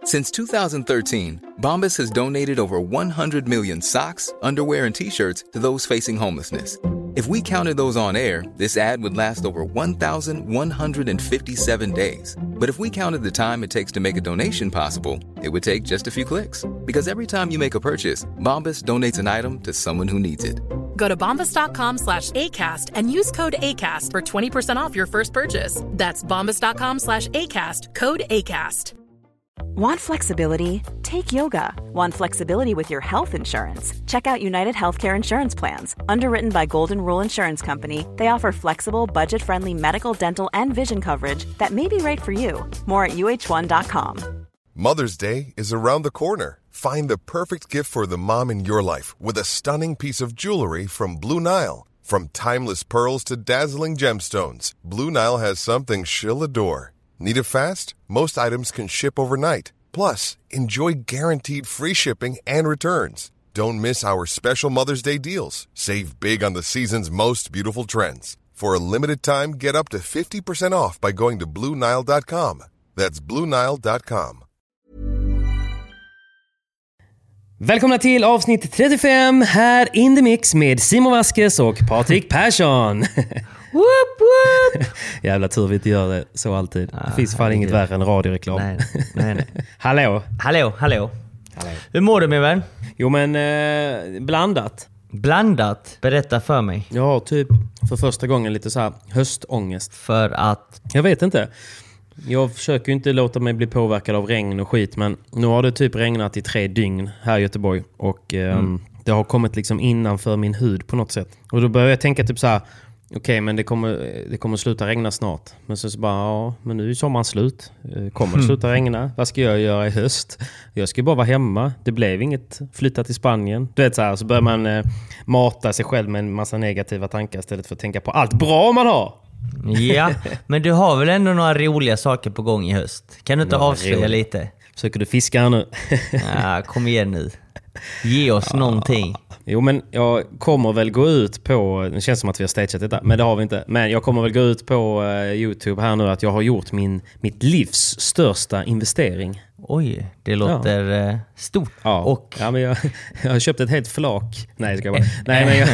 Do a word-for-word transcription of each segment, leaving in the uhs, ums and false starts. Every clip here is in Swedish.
Since two thousand thirteen, Bombas has donated over one hundred million socks, underwear, and T-shirts to those facing homelessness. If we counted those on air, this ad would last over one thousand one hundred fifty-seven days. But if we counted the time it takes to make a donation possible, it would take just a few clicks. Because every time you make a purchase, Bombas donates an item to someone who needs it. Go to bombas.com slash ACAST and use code ACAST for twenty percent off your first purchase. That's bombas.com slash ACAST, code ACAST. Want flexibility? Take yoga. Want flexibility with your health insurance? Check out United Healthcare Insurance Plans. Underwritten by Golden Rule Insurance Company, they offer flexible, budget-friendly medical, dental, and vision coverage that may be right for you. More at U H one dot com. Mother's Day is around the corner. Find the perfect gift for the mom in your life with a stunning piece of jewelry from Blue Nile. From timeless pearls to dazzling gemstones, Blue Nile has something she'll adore. Need it fast? Most items can ship overnight. Plus, enjoy guaranteed free shipping and returns. Don't miss our special Mother's Day deals. Save big on the season's most beautiful trends. For a limited time, get up to fifty percent off by going to blue nile dot com. That's blue nile dot com. Välkomna till avsnitt trettiofem här in the mix med Simon Vasquez och Patrik Persson. Whoop, whoop. Jävla tur vi inte gör det så alltid. Ah, det finns fan inget värre än radioreklam. Nej, nej, nej. Hallå. Hallå, hallå. Hallå. Hur mår du, min vän? Jo, men eh, blandat. Blandat? Berätta för mig. Jag har typ för första gången lite så här höstångest. För att? Jag vet inte. Jag försöker ju inte låta mig bli påverkad av regn och skit, men nu har det typ regnat i tre dygn här i Göteborg och eh, mm. det har kommit liksom innanför min hud på något sätt. Och då börjar jag tänka typ så här: okej, okay, men det kommer, det kommer sluta regna snart. Men så, så bara, ja, men nu är sommaren slut. Kommer det sluta regna? Vad ska jag göra i höst? Jag ska bara vara hemma. Det blev inget flytta till Spanien. Du vet så här, så börjar man eh, mata sig själv med en massa negativa tankar istället för att tänka på allt bra man har. Ja, men du har väl ändå några roliga saker på gång i höst? Kan du inte några avslöja roliga. lite? Försöker du fiska här nu? Ja, kom igen nu. Ge oss ja. någonting. Jo, men jag kommer väl gå ut på, det känns som att vi har stageat detta, men det har vi inte. Men jag kommer väl gå ut på uh, YouTube här nu att jag har gjort min, mitt livs största investering. Oj, det låter ja. uh, stort. Ja, och ja, men jag, jag har köpt ett helt flak. Nej, ska jag bara. Nej, men jag,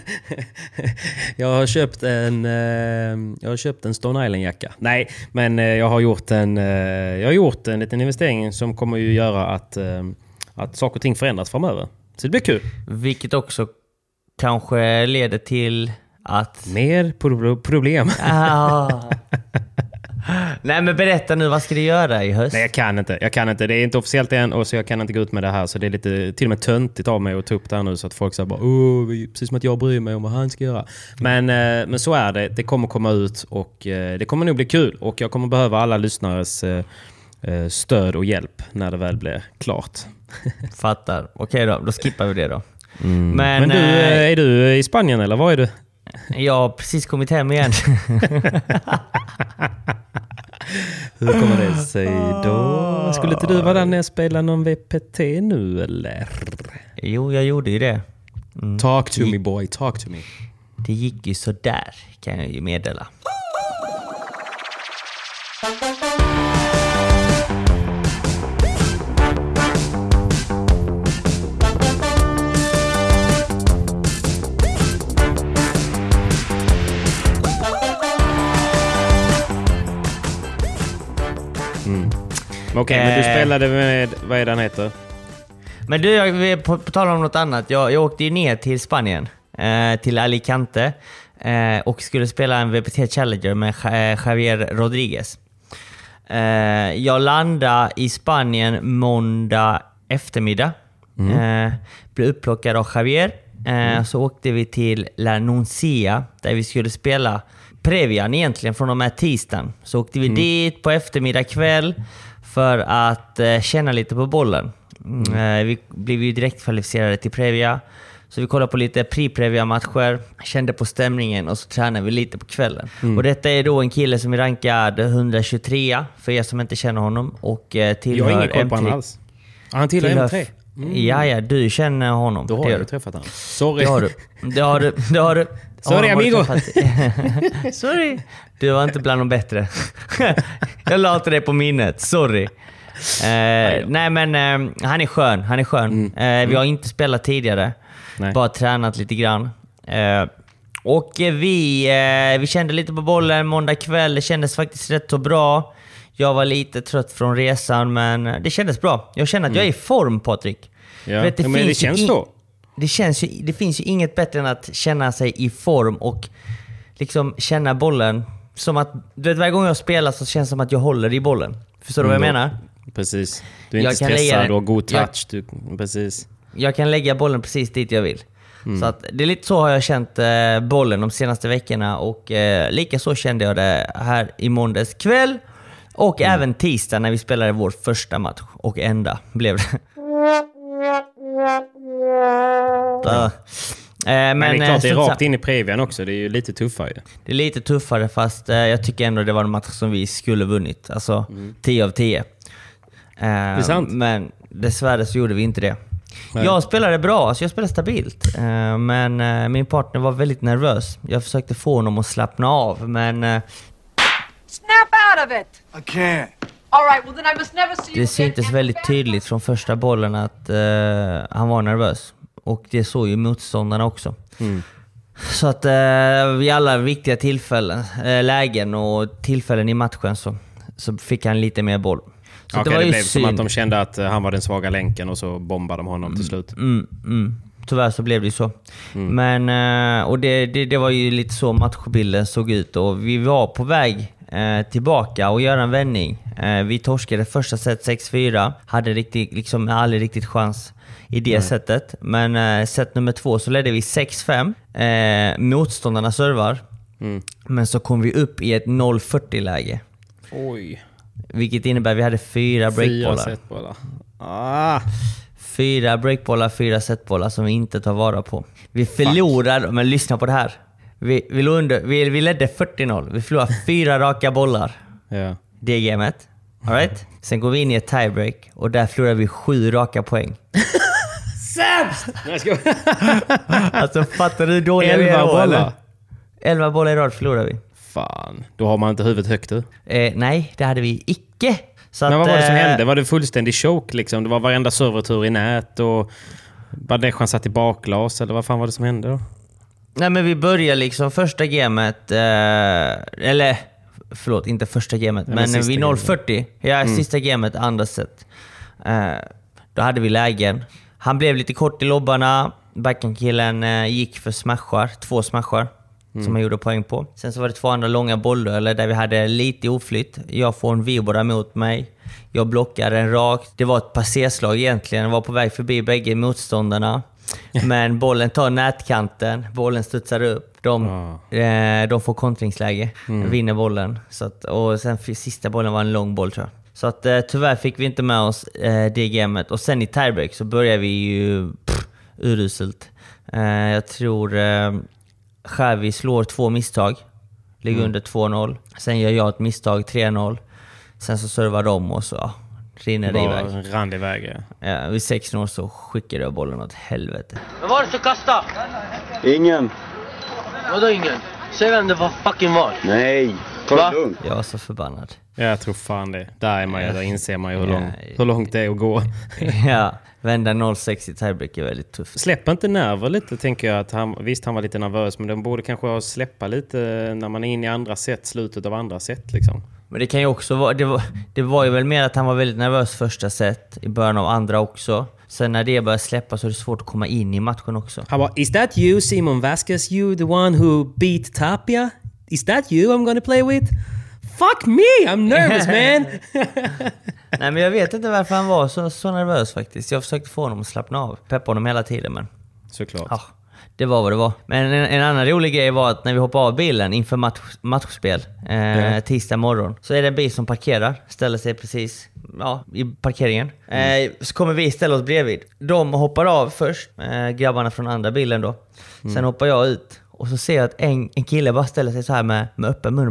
jag har köpt en uh, jag har köpt en Stone Island-jacka. Nej, men uh, jag har gjort en uh, jag har gjort en liten investering som kommer ju göra att uh, att saker och ting förändras framöver. Så det blir kul. Vilket också kanske leder till att... Mer pro- problem. Ah. Nej, men berätta nu, vad ska du göra i höst? Nej, jag kan inte. Jag kan inte. Det är inte officiellt än och så jag kan inte gå ut med det här. Så det är lite till och med töntigt av mig att ta upp det här nu så att folk säger bara, åh, precis som att jag bryr mig om vad han ska göra. Men, eh, men så är det. Det kommer komma ut och eh, det kommer nog bli kul. Och jag kommer behöva alla lyssnares eh, stöd och hjälp när det väl blir klart. Fattar. Okej då, då skippar vi det då. Mm. Men, Men du, är du i Spanien eller var är du? Jag har precis kommit hem igen. Hur kommer det sig då? Skulle inte du vara där när jag spelar någon V P T nu eller? Jo, jag gjorde ju det. Mm. Talk to me boy, talk to me. Det gick ju så där, kan jag ju meddela. Okej, okay, men du spelade med, vad är den heter? Men du, jag, på, på tal om något annat. Jag, jag åkte ju ner till Spanien, eh, till Alicante, eh, och skulle spela en V P T Challenger med Javier Rodriguez. Eh, jag landade i Spanien måndag eftermiddag. Mm. Eh, blev upplockad av Javier. Eh, mm. Så åkte vi till La Nuncia, där vi skulle spela Previan egentligen från och med tisdagen. Så åkte vi mm. dit på eftermiddag kväll för att eh, känna lite på bollen. Mm. Eh, vi blev ju direkt kvalificerade till Previa. Så vi kollade på lite pre-Previa-matcher, kände på stämningen och så tränade vi lite på kvällen. Mm. Och detta är då en kille som är rankad etthundratjugotre, för er som inte känner honom. Och eh, tillhör Jag har ingen koll på honom alls. Han tillhör, tillhör M tre. Mm. Ja, ja, du känner honom. Då har du träffat honom. Sorry. Det har du. Det har du. Det har du. Sorry, amigo. Sorry. Du var inte bland de bättre. Jag la till det på minnet. Sorry. eh, nej men eh, han är skön, han är skön. Mm. Eh, vi har inte spelat tidigare, nej. Bara tränat lite grann. Eh, och vi, eh, vi kände lite på bollen måndag kväll, det kändes faktiskt rätt så bra. Jag var lite trött från resan, men det kändes bra. Jag känner att jag är i form, Patrik. Ja, vet, det, men det känns så. Det, känns ju, det finns ju inget bättre än att känna sig i form och liksom känna bollen. Som att, du vet, varje gång jag spelar så känns det som att jag håller i bollen. Förstår mm, du vad jag menar? Precis. Du är jag inte stressad, du har god touch. Jag, du, precis. Jag kan lägga bollen precis dit jag vill. Mm. Så att det är lite så har jag känt eh, bollen de senaste veckorna. Och eh, lika så kände jag det här i måndags kväll. Och mm. även tisdag när vi spelade vår första match. Och enda blev det. uh. Men, men det är klart, det är rakt in i Previan också. Det är ju lite tuffare. Det är lite tuffare, fast eh, jag tycker ändå det var en match som vi skulle vunnit. Alltså mm. tio av tio. Eh, det är sant. Men dessvärre så gjorde vi inte det. Nej. Jag spelade bra, alltså jag spelade stabilt. Eh, men eh, min partner var väldigt nervös. Jag försökte få honom att slappna av, men... Eh, Snap out of it! I can't. All right, well then I must never see you. Det syntes väldigt tydligt från första bollen att eh, han var nervös. Och det såg ju motståndarna också. Mm. Så att eh, vid alla viktiga tillfällen, eh, lägen och tillfällen i matchen så, så fick han lite mer boll. Så okay, det, var det ju blev synd. Som att de kände att han var den svaga länken och så bombade de honom till slut. Mm, mm. Tyvärr så blev det ju så. Mm. Men, eh, och det, det, det var ju lite så matchbilden såg ut. Och vi var på väg eh, tillbaka och göra en vändning. Eh, vi torskade första set sex fyra. Hade riktigt, liksom, aldrig riktigt chans i det mm. sättet. Men eh, set nummer två så ledde vi sex fem. Eh, motståndarna servar. Mm. Men så kom vi upp i ett noll fyrtio-läge. Oj. Vilket innebär att vi hade fyra breakbollar. Fyra setbollar. Ah. Fyra breakbollar, fyra setbollar som vi inte tar vara på. Vi förlorade, men lyssna på det här. Vi, vi, under, vi, vi ledde fyrtio noll. Vi förlorade fyra raka bollar. Ja. Det är gamet. All right? Sen går vi in i ett tiebreak och där förlorar vi sju raka poäng. Sämst! Alltså fattar du hur dåliga vi är då, eller? Elva bollar i rad förlorar vi. Fan, då har man inte huvudet högt du? Eh, nej, det hade vi icke. Så men att, vad var det som eh, hände? Var det fullständig choke liksom? Det var varenda servertur i nät och Badejan satt i bakglas eller vad fan var det som hände då? Nej, men vi började liksom första gamet eh, eller förlåt, inte första gamet, eller men vi noll fyrtio. Ja, mm. sista gamet, andra set. Eh, då hade vi lägen. Han blev lite kort i lobbarna. Backhandkillen eh, gick för smashar, två smashar. Mm. Som jag gjorde poäng på. Sen så var det två andra långa bollar där vi hade lite oflytt. Jag får en vibora mot mig. Jag blockar en rakt. Det var ett passerslag egentligen. Jag var på väg förbi bägge motståndarna. Men bollen tar nätkanten. Bollen studsar upp. De, oh. eh, de får kontringsläge. Mm. Vinner bollen. Så att, och sen sista bollen var en lång boll tror jag. Så att, eh, tyvärr fick vi inte med oss eh, det gamet. Och sen i tiebreak så började vi ju pff, uruselt. Eh, jag tror... Eh, Xavi slår två misstag. Ligger mm. under två noll. Sen gör jag ett misstag, tre noll. Sen så servar de och så ja, rinner det iväg. Rann iväg, ja. Ja, vid sex noll så skickar jag bollen åt helvete. Men var det så kasta? Ingen. Vadå ingen? Säg vem det var fucking var. Nej, ta lugnt. Jag var så förbannad. Ja, jag tror fan det. Där är man ju, där inser man ju hur, lång, hur långt det är att gå. Ja, vända noll sex i tiebreak är väldigt tufft. Släpper inte nerver lite, tänker jag. Att han, visst, han var lite nervös, men de borde kanske ha släppa lite när man är inne i andra set, slutet av andra set liksom. Men det kan ju också vara, det var, det var ju väl mer att han var väldigt nervös första set, i början av andra också. Sen när det börjar släppa så är det svårt att komma in i matchen också. Han bara, is that you, Simon Vasquez? You the one who beat Tapia? Is that you I'm gonna play with? Fuck me, I'm nervous man. Nej, men jag vet inte varför han var så, så nervös faktiskt. Jag försökte få honom att slappna av. Peppa honom hela tiden, men... Såklart. Ja, det var vad det var. Men en, en annan rolig grej var att när vi hoppade av bilen inför match, matchspel eh, ja. tisdag morgon, så är det en bil som parkerar, ställer sig precis ja, i parkeringen. Mm. Eh, så kommer vi ställa oss bredvid. De hoppar av först, eh, grabbarna från andra bilen då. Sen mm. hoppar jag ut och så ser jag att en, en kille bara ställer sig så här med, med öppen mun och bara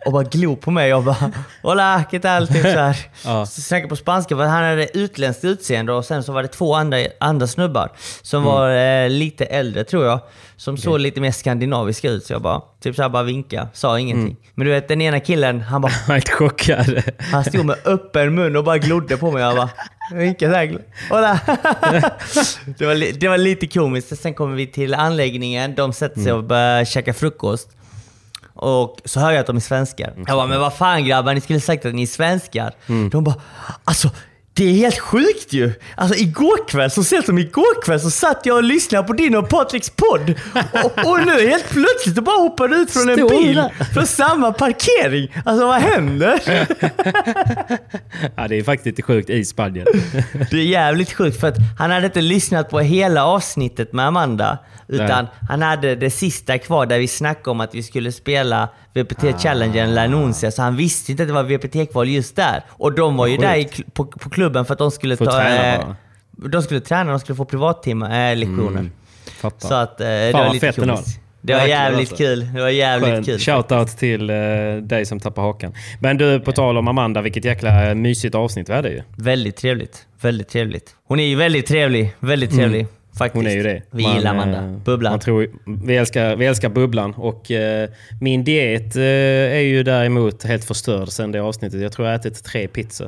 och bara glor på mig och bara hola, ¿qué tal? Typ så här. Ja. Så snackade på spanska, för han hade utländskt utseende och sen så var det två andra, andra snubbar som mm. var eh, lite äldre tror jag, som okay. såg lite mer skandinaviska ut, så jag bara typ så här bara vinka, sa ingenting. Mm. Men du vet, den ena killen, han bara helt chockad. Han stod med öppen mun och bara glodde på mig. Jag bara vinkade så här. Hola. det, var li- det var lite komiskt. Sen kommer vi till anläggningen, de sätter sig mm. och börjar käka frukost. Och så hör jag att de är svenskar. Mm. Jag bara, men vad fan grabbar, ni skulle sagt att ni är svenskar. Mm. De bara, alltså det är helt sjukt ju. Alltså igår kväll, så sent som igår kväll så satt jag och lyssnade på din och Patricks podd. Och, och nu helt plötsligt bara hoppade ut från en Stor bil från samma parkering. Alltså vad händer? Ja, det är faktiskt lite sjukt i Spanien. Det är jävligt sjukt, för att han hade inte lyssnat på hela avsnittet med Amanda, utan Nej. han hade det sista kvar där vi snackade om att vi skulle spela V P T ah. Challenger La Nuncia, så han visste inte att det var V P T-kval just där. Och de var ju där i, på, på klubben för att de skulle Får ta träna eh, de skulle träna, de skulle få privattimmar eh, lektioner. Mm, så att eh, det var lite kul. Det var jävligt alltså. kul. Det var jävligt Skön. kul. Shoutout till uh, dig som tappar hakan. Men du, på tal om Amanda, vilket jäkla mysigt avsnitt var det ju. Väldigt trevligt. Väldigt trevligt. Hon är ju väldigt trevlig. Väldigt trevlig. Mm. Faktiskt. Hon är ju det. Vi man, gillar Amanda. Bubblan. Man tror, vi, älskar, vi älskar bubblan. Och uh, min diet uh, är ju däremot helt förstörd sen det avsnittet. Jag tror jag har ätit tre pizzor.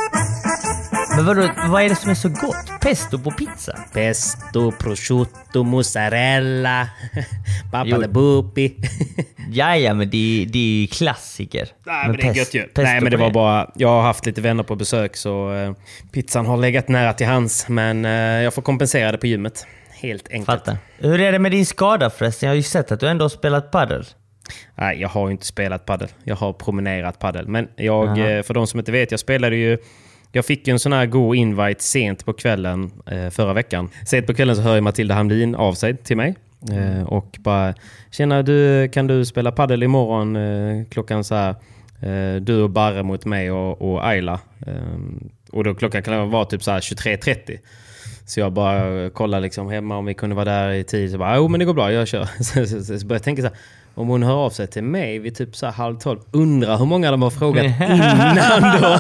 Men vadå, vad är det som är så gott? Pesto på pizza? Pesto, prosciutto, mozzarella, pappa bupi. Jaja, men det, det är ju klassiker. Nej, men, men det är gött ju. Nej, men det var bara... Jag har haft lite vänner på besök, så uh, pizzan har legat nära till hands. Men uh, jag får kompensera det på gymmet. Helt enkelt. Fattar. Hur är det med din skada förresten? Jag har ju sett att du ändå har spelat paddel. Nej, jag har ju inte spelat paddel. Jag har promenerat paddel. Men jag, uh, för de som inte vet, jag spelade ju... Jag fick ju en sån här god invite sent på kvällen eh, förra veckan. Sent på kvällen så hör jag Matilda Hamlin av sig till mig. Eh, och bara, tjena du, kan du spela paddel imorgon eh, klockan så här, eh, du och Barre mot mig och, och Ayla. Eh, och då klockan kan vara typ så här tjugotre trettio. Så jag bara kollar liksom hemma om vi kunde vara där i tid. Så bara, jo men det går bra, jag kör. Så, så, så, så började jag tänka så här, om hon hör av sig till mig vid typ så här halv tolv, undrar hur många de har frågat innan då.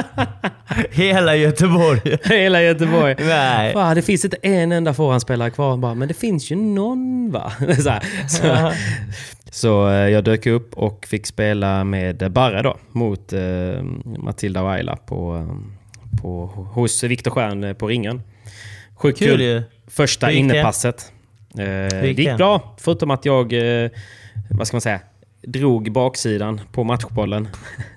Hela Göteborg. Hela Göteborg. Nej. Fan, det finns inte en enda förhandspelare kvar. Bara, men det finns ju någon, va? så, här, så, så jag dök upp och fick spela med Barre då, mot eh, Matilda och Ayla på, på, hos Viktor Stjärn på ringen. Sjukt kul. kul. Första innepasset. Eh, det gick bra, förutom att jag... Eh, vad ska man säga, drog baksidan på matchbollen.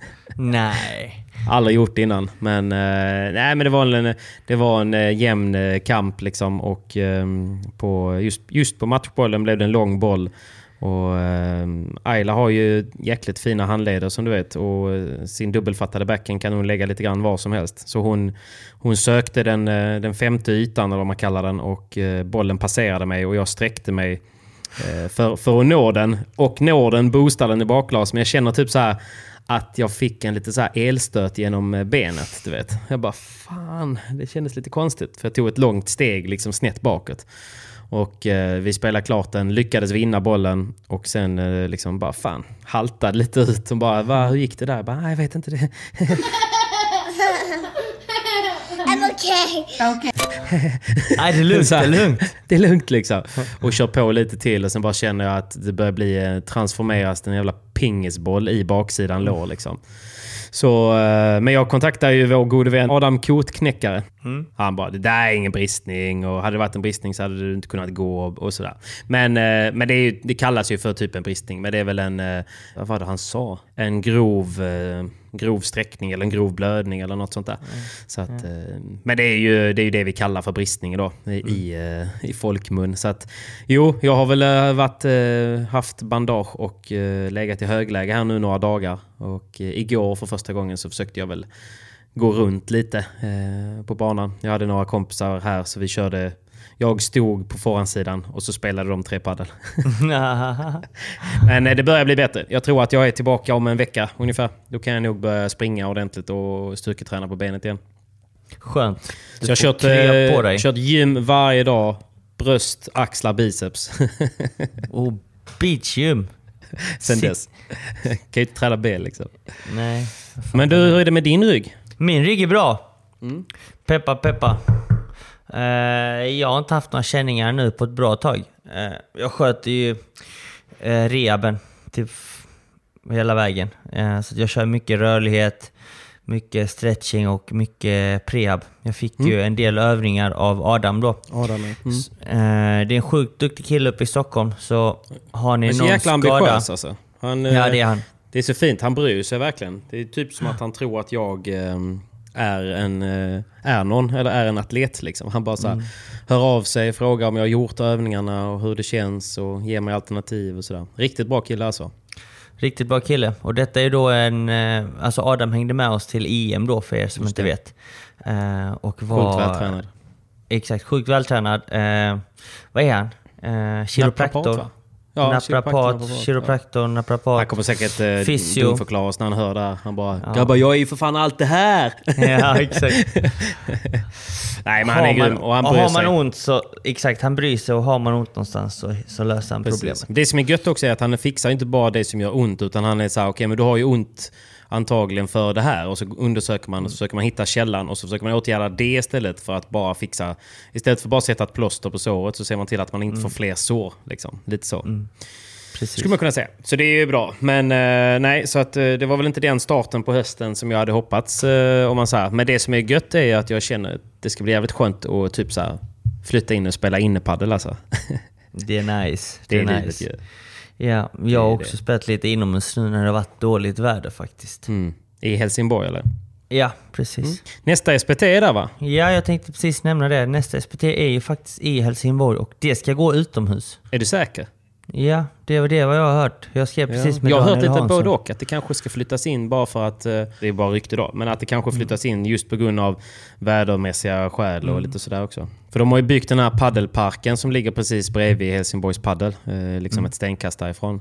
Nej. Aldrig gjort innan, men eh, nej, men det var en det var en eh, jämn eh, kamp liksom, och eh, på just just på matchbollen blev det en lång boll, och eh, Ayla har ju jäkligt fina handleder som du vet, och eh, sin dubbelfattade backen kan hon lägga lite grann var som helst. Så hon hon sökte den eh, den femte ytan eller vad man kallar den, och eh, bollen passerade mig och jag sträckte mig För, för att nå den, och nå den, boostade den i bakglas. Men jag känner typ så här att jag fick en lite så här elstöt genom benet, du vet. Jag bara, fan, det kändes lite konstigt. För jag tog ett långt steg liksom snett bakåt. Och eh, vi spelade klart den, lyckades vinna bollen. Och sen eh, liksom bara, fan, haltade lite ut. Och bara, va, hur gick det där? Jag bara, nej, jag vet inte det. I'm okay. Okay. Nej, det är lugnt, det är lugnt. Det är lugnt liksom. Och kör på lite till, och sen bara känner jag att det börjar bli transformeras en jävla pingisboll i baksidan lår liksom. Så, men jag kontaktade ju vår gode vän Adam Kotknäckare. Mm. Han bara, det där är ingen bristning, och hade det varit en bristning så hade du inte kunnat gå och, och sådär. Men, men det, är ju, det kallas ju för typ en bristning, men det är väl en, vad var det han sa? En grov, grov sträckning eller en grov blödning eller något sånt där. Mm. Så att, mm. Men det är, ju, det är ju det vi kallar för bristning då, i, mm. i, i folkmun. Så att, jo, jag har väl varit, haft bandage och legat i högläge här nu några dagar. Och igår för första gången så försökte jag väl gå runt lite eh, på banan. Jag hade några kompisar här, så vi körde... Jag stod på förhandssidan och så spelade de tre paddel. Men eh, det börjar bli bättre. Jag tror att jag är tillbaka om en vecka ungefär. Då kan jag nog börja springa ordentligt och styrketräna på benet igen. Skönt. Så jag har kört, eh, på dig. kört gym varje dag. Bröst, axlar, biceps. Och beachgym. sen dess. Kan ju inte träna ben liksom. Nej. Men du, hur är det med din rygg? Min rygg är bra. Mm. Peppa, peppa. Uh, jag har inte haft några känningar nu på ett bra tag. Uh, jag sköter ju uh, rehaben typ hela vägen. Uh, så jag kör mycket rörlighet, mycket stretching och mycket prehab. Jag fick mm. ju en del övningar av Adam då. Adam, mm. uh, det är en sjukt duktig kille uppe i Stockholm. Så har ni någon jäkla skada... ambitiös alltså. Han, ja, det är han. Det är så fint, han bryr sig verkligen. Det är typ som att han tror att jag eh, är en eh, är någon eller är en atlet liksom. Han bara så här, mm. hör av sig, frågar om jag har gjort övningarna och hur det känns och ger mig alternativ och sådär. Riktigt bra kille alltså. Riktigt bra kille. Och detta är då en... Eh, alltså Adam hängde med oss till E M då för er som inte vet. Eh, och var... Sjukt vältränad. Exakt, sjukt vältränad. Eh, vad är han? Eh, kiropraktor. Ja, naprapat, kiropraktor, naprapat. Han kommer säkert eh, fysio. förklara oss när han hör det. Han bara, ja. grabbar, jag är ju för fan allt det här. Ja, exakt. Nej, men han är grym och han och bryr har sig. man ont så, exakt, han bryr sig och har man ont någonstans så, så löser han Precis. problemet. Det som är gött också är att han fixar inte bara det som gör ont, utan han är så här, okej, okay, men du har ju ont antagligen för det här, och så undersöker man och så försöker man hitta källan och så försöker man åtgärda det istället för att bara fixa, istället för bara sätta ett plåster på såret så ser man till att man inte mm. får fler sår liksom, lite så. Mm. Precis. Skulle man kunna säga. Så det är ju bra. Men eh, nej, så att eh, det var väl inte den starten på hösten som jag hade hoppats eh, om man säger. Men det som är gött är att jag känner att det ska bli jävligt skönt att typ så här flytta in och spela innepaddel alltså. Det är nice. Det, det är nice. livet ju. Ja, jag har också det. spelat lite inomhus nu när det har varit dåligt väder faktiskt. Mm. I Helsingborg eller? Ja, precis. Mm. Nästa S P T är där va? Ja, jag tänkte precis nämna det. Nästa S P T är ju faktiskt i Helsingborg och det ska gå utomhus. Är du säker? Ja, det var det vad jag har hört. Jag skrev precis ja. med Jag har Daniel hört lite Hansson. både och att det kanske ska flyttas in bara för att, det är bara rykte då, men att det kanske flyttas in just på grund av vädermässiga skäl och mm. lite sådär också. För de har ju byggt den här paddelparken som ligger precis bredvid Helsingborgs paddel, eh, liksom mm. ett stenkast därifrån.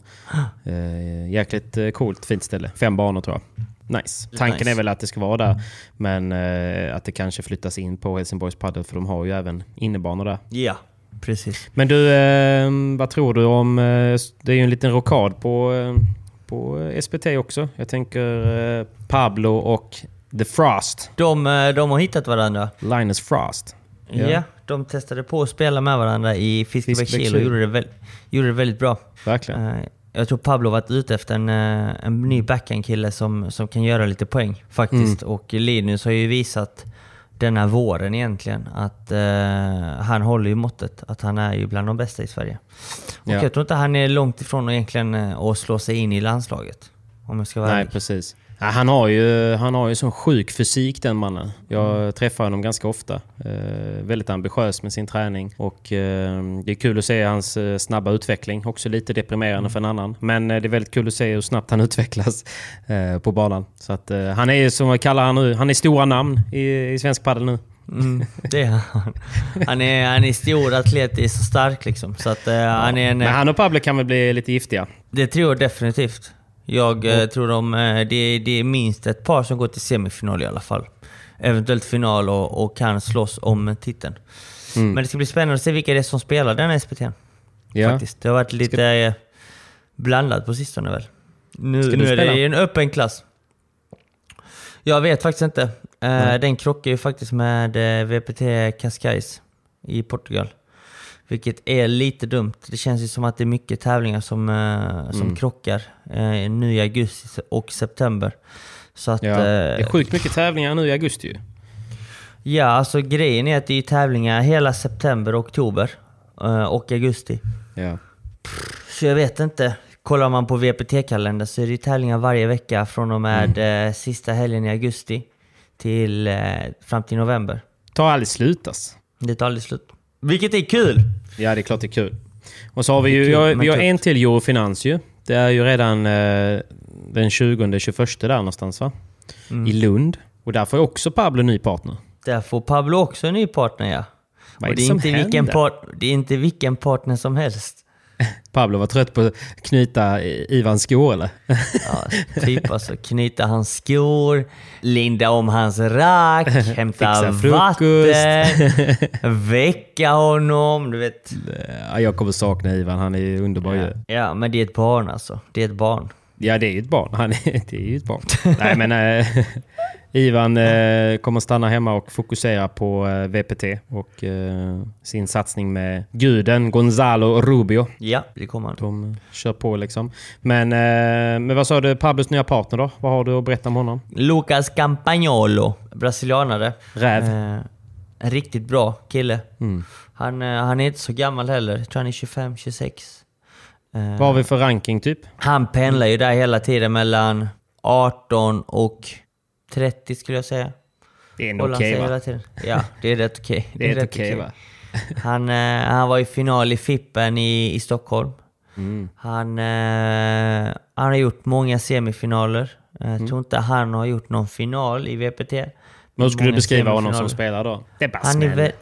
Eh, jäkligt eh, coolt, fint ställe. Fem banor tror jag. Nice. Tanken nice. är väl att det ska vara där, men eh, att det kanske flyttas in på Helsingborgs paddel, för de har ju även innebanor där. Ja. Precis. Men du, eh, vad tror du om... Eh, det är ju en liten rockad på, eh, på S P T också. Jag tänker eh, Pablo och The Frost. De, de har hittat varandra. Linus Frost. Ja, ja de testade på att spela med varandra i Fiskebäckskil och gjorde det, väl, gjorde det väldigt bra. Verkligen. Uh, jag tror Pablo varit ute efter en, en ny backhand-kille som, som kan göra lite poäng faktiskt. Mm. Och Linus har ju visat... denna våren egentligen att uh, han håller ju måttet, att han är ju bland de bästa i Sverige. Och ja. jag tror inte han är långt ifrån egentligen uh, att slå sig in i landslaget, om jag ska vara Nej, ärlig. precis. Ja, han har ju han har ju sån sjuk fysik, den mannen. Jag mm. träffar honom ganska ofta. Uh, väldigt ambitiös med sin träning och uh, det är kul att se hans uh, snabba utveckling. Också lite deprimerande mm. för en annan. Men uh, det är väldigt kul att se hur snabbt han utvecklas uh, på banan. Så att uh, han är, som jag kallar han nu, han är stora namn i, i svensk paddel nu. Mm, det är han. Han är, han är stor, atletisk och stark liksom. Så att, uh, ja. han är en, Men han och Pablo kan väl bli lite giftiga? Det tror jag definitivt. Jag eh, tror de, eh, det, det är minst ett par som går till semifinal i alla fall. Eventuellt final och, och kan slåss om titeln. Mm. Men det ska bli spännande att se vilka det är som spelar den S P T. Ja. Faktiskt. Det har varit lite ska... eh, blandat på sistone väl. Nu, nu är det en öppen klass. Jag vet faktiskt inte. Eh, mm. Den krockar ju faktiskt med eh, V P T Cascais i Portugal. Vilket är lite dumt. Det känns ju som att det är mycket tävlingar som, eh, som mm. krockar eh, nu i augusti och september. Så att, ja, det är sjukt mycket tävlingar nu i augusti ju. Ja, alltså grejen är att det är tävlingar hela september och oktober eh, och augusti. Ja. Så jag vet inte. Kollar man på V P T-kalender så är det tävlingar varje vecka från och med mm. eh, sista helgen i augusti till eh, fram till november. Det tar aldrig slut alltså. Det tar aldrig slut. Vilket är kul. Ja, det är klart det är kul. Och så har vi ju kul, jag, vi har en till Eurofinans ju. Det är ju redan eh, den tjugonde tjugoförsta där någonstans va? Mm. I Lund. Och där får också Pablo ny partner. Där får Pablo också en ny partner, ja. Vad och är det, det, är som inte vilken part, det är inte vilken partner som helst. Pablo var trött på att knyta Ivans skor, eller? Ja, typ alltså knyta hans skor, linda om hans rack, hämta vatten, väcka honom, du vet. Ja, jag kommer sakna Ivan, han är underbar. Ja, ja, men det är ett barn alltså. Det är ett barn. Ja, det är ju ett barn. Han är, det är ju ett barn. Nej, men äh, Ivan äh, kommer stanna hemma och fokusera på äh, V P T och äh, sin satsning med guden Gonzalo Rubio. Ja, det kommer han. De kör på liksom. Men, äh, men vad sa du, Pablos nya partner då? Vad har du att berätta om honom? Lucas Campagnolo, brasilianare. Räv. Äh, en riktigt bra kille. Mm. Han, äh, han är inte så gammal heller. Jag tror han är tjugofem tjugosex. Vad har vi för ranking typ? Han pendlar ju där hela tiden mellan arton och trettio skulle jag säga. Det är en okej okay, va? Ja, det är rätt okej. Okay. Det är, det är rätt okej okay, va? Han, eh, han var i final i Fippen i, i Stockholm. Mm. Han, eh, han har gjort många semifinaler. Jag mm. tror inte han har gjort någon final i V P T. Men hur skulle du beskriva honom som spelar då? Det är bara han är väl...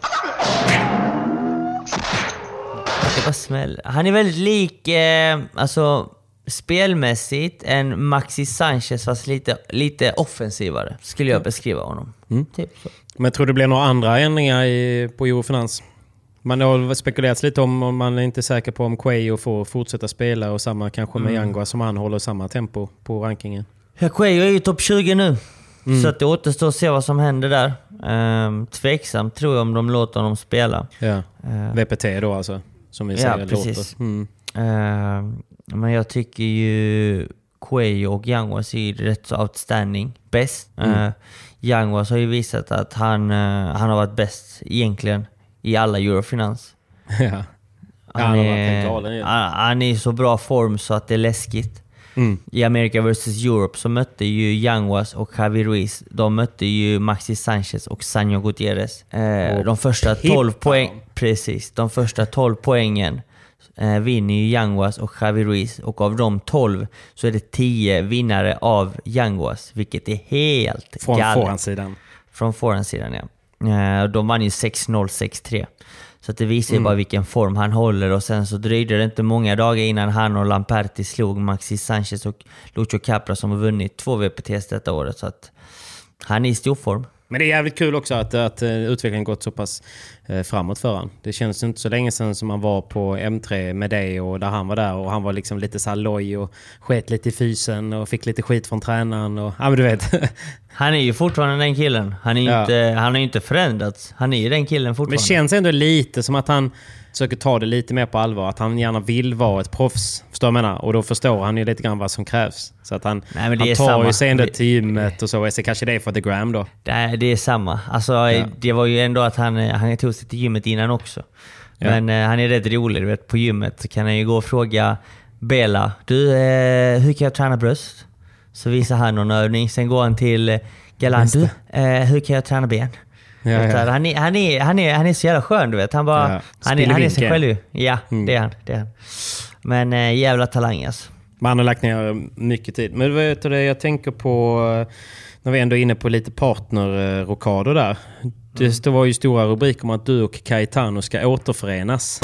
Det var smäll. Han är väldigt lik, eh, alltså spelmässigt, en Maxi Sanchez fast lite, lite offensivare skulle jag beskriva honom. Mm. Typ så. Men tror du det blir några andra ändringar i, på Eurofinans? Man har spekulerat lite om, om man är inte säker på om Cuello får fortsätta spela och samma kanske med mm. Yangua som han håller samma tempo på rankingen. Ja, Cuello är ju topp tjugo nu. Mm. Så att det återstår att se vad som händer där. Ehm, tveksamt tror jag om de låter honom spela. Ja. Ehm. V P T då alltså. Som vi säger, ja, precis. Mm. Uh, men jag tycker ju Cuello och Yanguas är rätt så outstanding. Bäst. Mm. Uh, Yanguas har ju visat att han, uh, han har varit bäst egentligen i alla Eurofinans. Ja. Han, ja, är, galen, ja. han, han är i så bra form så att det är läskigt. Mm. I America versus Europe så mötte ju Yanguas och Javi Ruiz. De mötte ju Maxi Sanchez och Sanjo Gutierrez. Uh, de första tolv poäng... Precis, de första tolv poängen eh, vinner ju Yanguas och Javi Ruiz. Och av de tolv så är det tio vinnare av Yanguas. Vilket är helt Från galet. forehandsidan. Från forehandsidan, ja. Eh, de vann ju sex noll sex tre. Så att det visar ju mm. bara vilken form han håller. Och sen så dröjde det inte många dagar innan han och Lamperti slog Maxi Sanchez och Lucho Capra som har vunnit två V P T's detta året. Så att han är i stor form. Men det är jävligt kul också att, att utvecklingen gått så pass eh, framåt för han. Det känns inte så länge sedan som man var på M tre med dig och där han var där och han var liksom lite så här loj och sket lite i fysen och fick lite skit från tränaren och ja men du vet. Han är ju fortfarande den killen. Han är ju ja. inte, han har ju inte förändrats. Han är ju den killen fortfarande. Men det känns ändå lite som att han försöker ta det lite mer på allvar. Att han gärna vill vara ett proffs. Förstår jag menar? Och då förstår han ju lite grann vad som krävs. Så att han, Nej, men det han är tar samma. ju sig ändå till gymmet och så. Så kanske det är för The Gram då. Det är, det är samma. Alltså, ja. Det var ju ändå att han, han tog sig till gymmet innan också. Ja. Men eh, han är rätt rolig. Du vet, på gymmet så kan han ju gå och fråga Bela. Du, eh, hur kan jag träna bröst? Så visar han någon övning. Sen går han till eh, Galan. Du, eh, hur kan jag träna ben? Ja, ja. Han, är, han, är, han, är, han är så jävla skön, du vet. Han, bara, ja. han, är, han är sig själv. Ja, mm. det, är han, det är han. Men äh, jävla talang alltså. Man har lagt ner mycket tid. Men vet du det, jag tänker på, när vi ändå är inne på lite partner-rokader där. Det mm. var ju stora rubriker om att du och Caetano ska återförenas.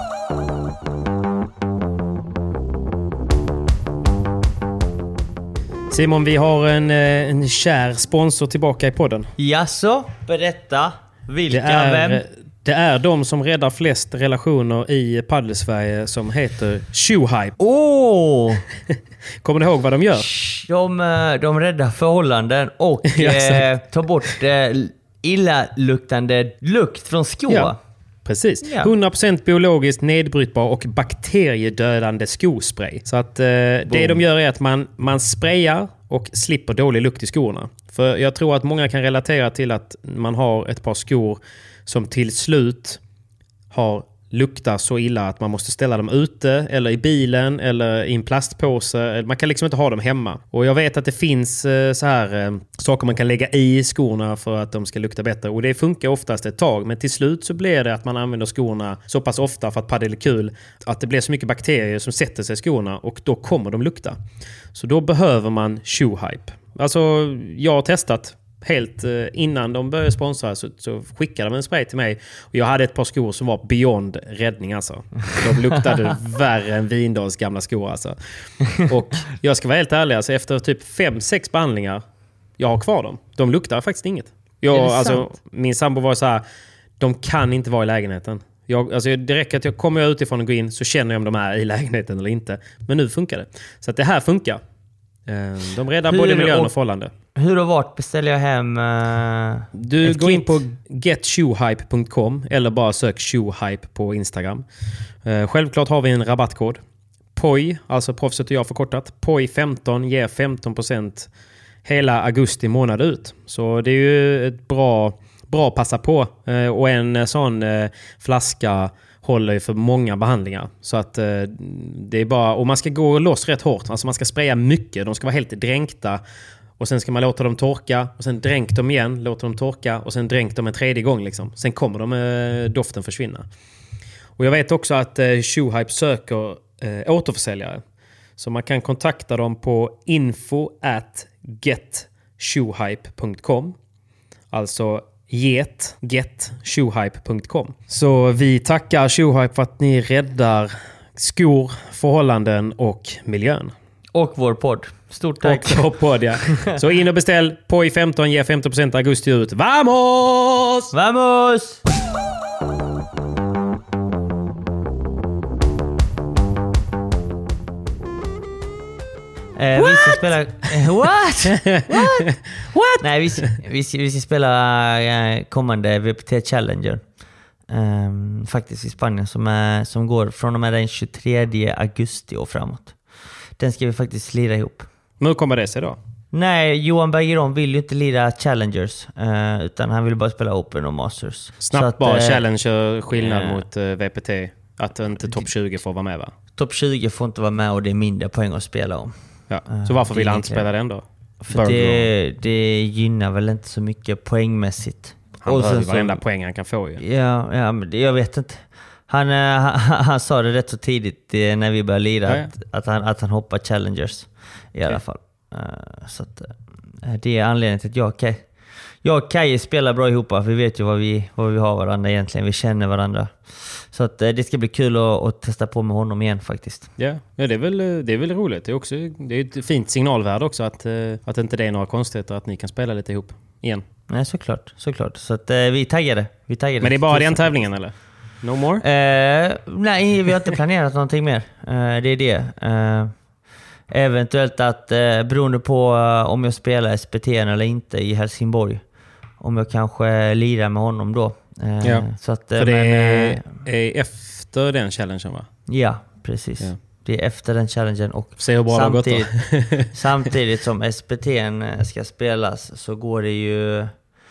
Simon, vi har en, en kär sponsor tillbaka i podden. Jaså, berätta. Vilka, det är, vem? Det är de som räddar flest relationer i Padel-Sverige som heter Shoehype. Åh! Oh! Kommer du ihåg vad de gör? De, de räddar förhållanden och eh, tar bort eh, illaluktande lukt från skor. Ja. Precis. Ja. hundra procent biologiskt nedbrytbar och bakteriedödande skospray. Så att eh, det de gör är att man, man sprayar och slipper dålig lukt i skorna. För jag tror att många kan relatera till att man har ett par skor som till slut har luktar så illa att man måste ställa dem ute eller i bilen eller i en plastpåse. Man kan liksom inte ha dem hemma. Och jag vet att det finns eh, så här eh, saker man kan lägga i skorna för att de ska lukta bättre. Och det funkar oftast ett tag. Men till slut så blir det att man använder skorna så pass ofta för att padel är kul att det blir så mycket bakterier som sätter sig i skorna och då kommer de lukta. Så då behöver man Shoehype. Alltså jag har testat helt eh, innan de började sponsra så, så skickade de en spray till mig. Och jag hade ett par skor som var beyond räddning alltså. De luktade värre än Vindals gamla skor alltså. Och jag ska vara helt ärlig, alltså, efter typ fem, sex behandlingar jag har kvar dem. De luktar faktiskt inget. Jag, alltså, min sambo var så här, de kan inte vara i lägenheten. Jag, alltså, det räcker att jag kommer jag utifrån och går in så känner jag om de är i lägenheten eller inte. Men nu funkar det. Så att det här funkar. De räddar hur både miljön och, och förhållande. Hur och vart beställer jag hem uh, Du går kit? in på get shoe hype punkt com eller bara sök shoehype på Instagram. Uh, självklart har vi en rabattkod. P O I, alltså proffset och jag förkortat. P O I femton ger femton procent hela augusti månad ut. Så det är ju ett bra, bra passa på. Uh, och en sån uh, flaska håller ju för många behandlingar. Så att uh, det är bara... Och man ska gå loss rätt hårt. Alltså man ska spraya mycket. De ska vara helt dränkta. Och sen ska man låta dem torka. Och sen dränk dem igen. Låta dem torka. Och sen dränk dem en tredje gång. Liksom. Sen kommer de uh, doften försvinna. Och jag vet också att uh, Shoehype söker uh, återförsäljare. Så man kan kontakta dem på info at get shoehype punkt com. Alltså get, get shoehype punkt com. Så vi tackar Shoehype för att ni räddar skor, förhållanden och miljön. Och vår podd. Stort tack. Och vår podd, ja. Så in och beställ. P O I femton ger femton procent augusti ut. Vamos! Vamos! Eh, vi ska spela... Eh, what? What? What? Nej, vi, vi, vi ska spela eh, kommande V P T Challenger. Um, faktiskt i Spanien som, är, som går från och med den tjugotredje augusti och framåt. Den ska vi faktiskt lira ihop. Men hur kommer det sig då? Nej, Johan Bergeron vill ju inte lira Challengers uh, utan han vill bara spela Open och Masters. Snabbt att, bara uh, Challenger skillnad uh, mot uh, V P T. Att inte topp tjugo får vara med, va? Topp tjugo får inte vara med och det är mindre poäng att spela om. Ja. Så varför vill han inte spela den då? För det, det gynnar väl inte så mycket poängmässigt. Han och behöver varenda så, poäng han kan få ju. Ja, ja men det, jag vet inte. Han, han, han sa det rätt så tidigt när vi började lira, ja, ja. Att, att, han, att han hoppar Challengers i alla fall. Uh, så att, uh, det är anledningen till att jag kan jag och Kaj spelar bra ihop. Vi vet ju vad vi, vad vi har varandra egentligen. Vi känner varandra. Så att, uh, det ska bli kul att, att testa på med honom igen faktiskt. Ja, ja det, är väl, det är väl roligt. Det är, också, det är ett fint signalvärde också att, uh, att inte det är några konstigheter att ni kan spela lite ihop igen. Nej, såklart. såklart. Så att, uh, vi taggade. vi taggade. Men det är bara den tävlingen eller? No more? Uh, nej, vi har inte planerat någonting mer. Uh, det är det. Uh, eventuellt att, uh, beroende på uh, om jag spelar S P T eller inte i Helsingborg. Om jag kanske lirar med honom då. Uh, ja, så att, uh, för det men, är, uh, är efter den challengen, va? Ja, precis. Ja. Det är efter den challengen. Och se hur bra samtidigt, samtidigt som S P T ska spelas så går det ju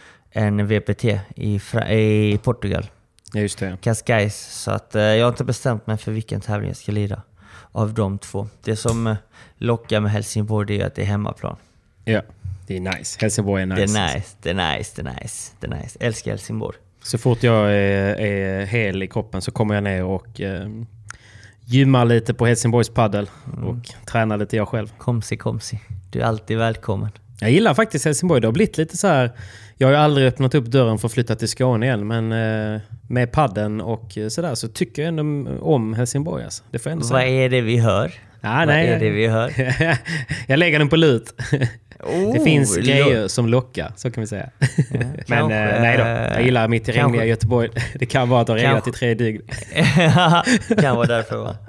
en V P T i, i Portugal. Ja, just det. Cascais. Så att, uh, jag har inte bestämt mig för vilken tävling jag ska lira av de två. Det som uh, lockar med Helsingborg är att det är hemmaplan. Ja, det är nice. Helsingborg är nice. Det är nice, det är nice, det är nice, det är nice. Älskar Helsingborg. Så fort jag är, är hel i kroppen så kommer jag ner och uh, gymmar lite på Helsingborgs paddel och mm. tränar lite jag själv. Komsi, komsi. Du är alltid välkommen. Jag gillar faktiskt Helsingborg. Det har blivit lite så här. Jag har ju aldrig öppnat upp dörren för att flytta till Skåne igen, men eh, med padden och sådär så tycker jag ändå om Helsingborg. Alltså. Det får jag ändå säga. Vad är det vi hör? Ah, Vad nej, är det vi hör? Jag lägger den på lut. Oh, det finns lo- grejer som lockar, så kan vi säga. Ja, men eh, nej då, jag gillar mitt i regniga Göteborg. Det kan vara att det har regnat i tre dygn. Kan vara därför, va?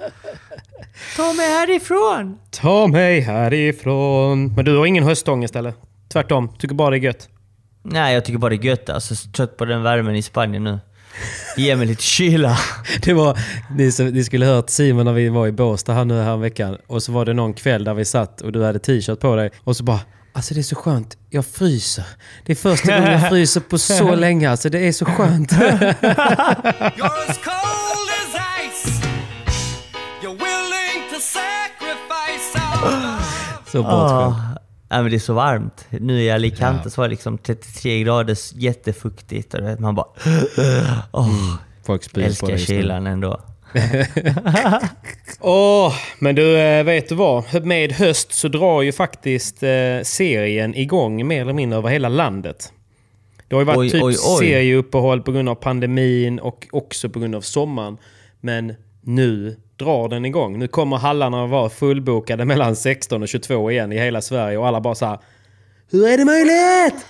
Ta mig härifrån! Ta mig härifrån! Men du har ingen höstångest eller? Tvärtom, tycker bara det är gött. Nej, jag tycker bara det är gött. Alltså, trött på den värmen i Spanien nu. Ge mig lite kyla. Det var, ni, ni skulle hört Simon när vi var i Båstad här nu här veckan. Och så var det någon kväll där vi satt och du hade t-shirt på dig. Och så bara, alltså det är så skönt. Jag fryser. Det är första gången jag fryser på så länge. Alltså det är så skönt. You're as cold as ice. You're willing to sacrifice all. Så bortskämd. Ja, men det är så varmt. Nu i Alicante ja. Så var det liksom trettiotre grader, jättefuktigt. Och man bara... Oh, mm. Folk spyr älskar på det kylan ändå. Åh, oh, men du, vet du vad? Med höst så drar ju faktiskt eh, serien igång mer eller mindre över hela landet. Det har ju varit oj, typ oj, oj. serieuppehåll på grund av pandemin och också på grund av sommaren. Men nu drar den igång. Nu kommer hallarna att vara fullbokade mellan sexton och tjugotvå igen i hela Sverige. Och alla bara så här: hur är det möjligt?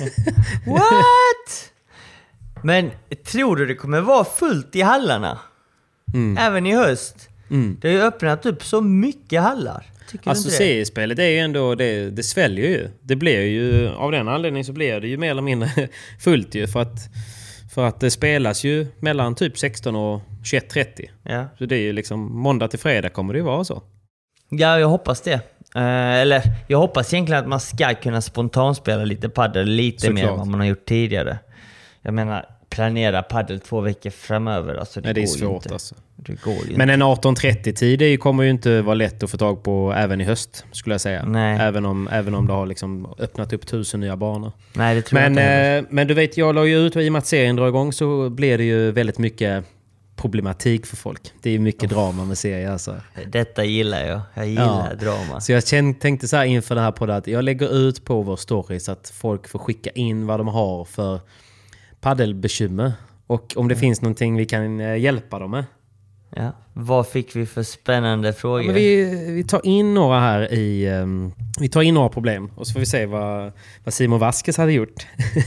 What? Men tror du det kommer vara fullt i hallarna? Mm. Även i höst? Mm. Det har ju öppnat upp så mycket hallar. Tycker alltså seriespelet är ju ändå, det, det sväljer ju. Det blir ju, av den anledningen så blir det ju mer eller mindre fullt ju. För att, för att det spelas ju mellan typ sexton och tjugoett trettio. Ja. Så det är ju liksom måndag till fredag kommer det ju vara så. Ja, jag hoppas det. Uh, eller jag hoppas egentligen att man ska kunna spontanspela lite paddel lite så mer klart. Än vad man har gjort tidigare. Jag menar, planera paddel två veckor framöver. Alltså, det, Nej, det är svårt alltså. Det går ju Men en arton trettio-tid kommer ju inte vara lätt att få tag på även i höst, skulle jag säga. Nej. Även om, även om det har liksom öppnat upp tusen nya banor. Nej, det tror men, jag inte. Eh, men du vet, jag la ju ut, i och med att serien drar igång så blir det ju väldigt mycket problematik för folk. Det är mycket oh. drama med serier alltså. Detta gillar jag. Jag gillar ja. drama. Så jag tänkte så här inför det här på det att jag lägger ut på vår story så att folk får skicka in vad de har för paddelbekymmer. Och om det mm. finns någonting vi kan hjälpa dem med. Ja. Vad fick vi för spännande frågor? Ja, men vi, vi tar in några här i... Um, vi tar in några problem. Och så får vi se vad, vad Simon Vasquez hade gjort.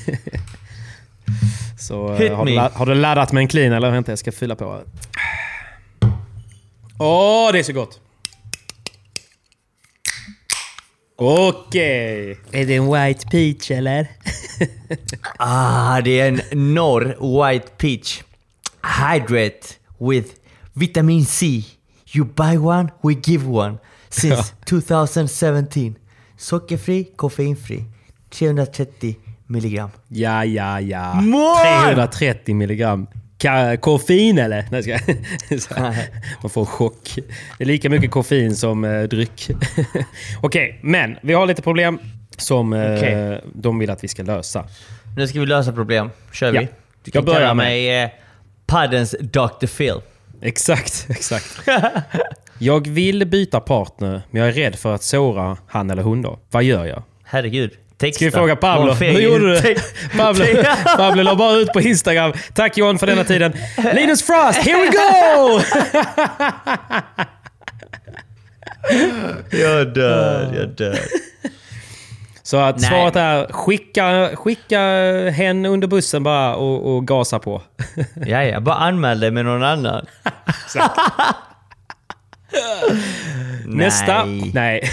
Så uh, har, du, har du laddat med en clean eller vänta, jag ska fylla på. Åh, oh, det är så gott. Okej. Okay. Är det en white peach eller? ah, det är en norr white peach. Hydrate with vitamin C. You buy one, we give one. Since twenty seventeen. Sockerfri, koffeinfri. trehundratrettio milligram. Ja, ja, ja. More! trehundratrettio milligram. Ka- koffein eller? Nej, ska jag. Man får chock. Det är lika mycket koffein som eh, dryck. Okej, okay, men vi har lite problem som eh, okay. de vill att vi ska lösa. Nu ska vi lösa problem. Kör vi. Ja. Du kan kalla mig eh, Paddens doktor Phil. Exakt, exakt. Jag vill byta partner, men jag är rädd för att såra han eller hon då. Vad gör jag? Herregud. Texta. Ska vi fråga Pablo? Hur gjorde du? Pablo, Pablo la bara ut på Instagram. Tack Johan för denna tiden. Linus Frost, here we go! jag dör, jag dör. Så att Nej. svaret är skicka, skicka hen under bussen bara och, och gasa på. ja, ja, bara anmäl dig med någon annan. Nästa. Nej. Nej.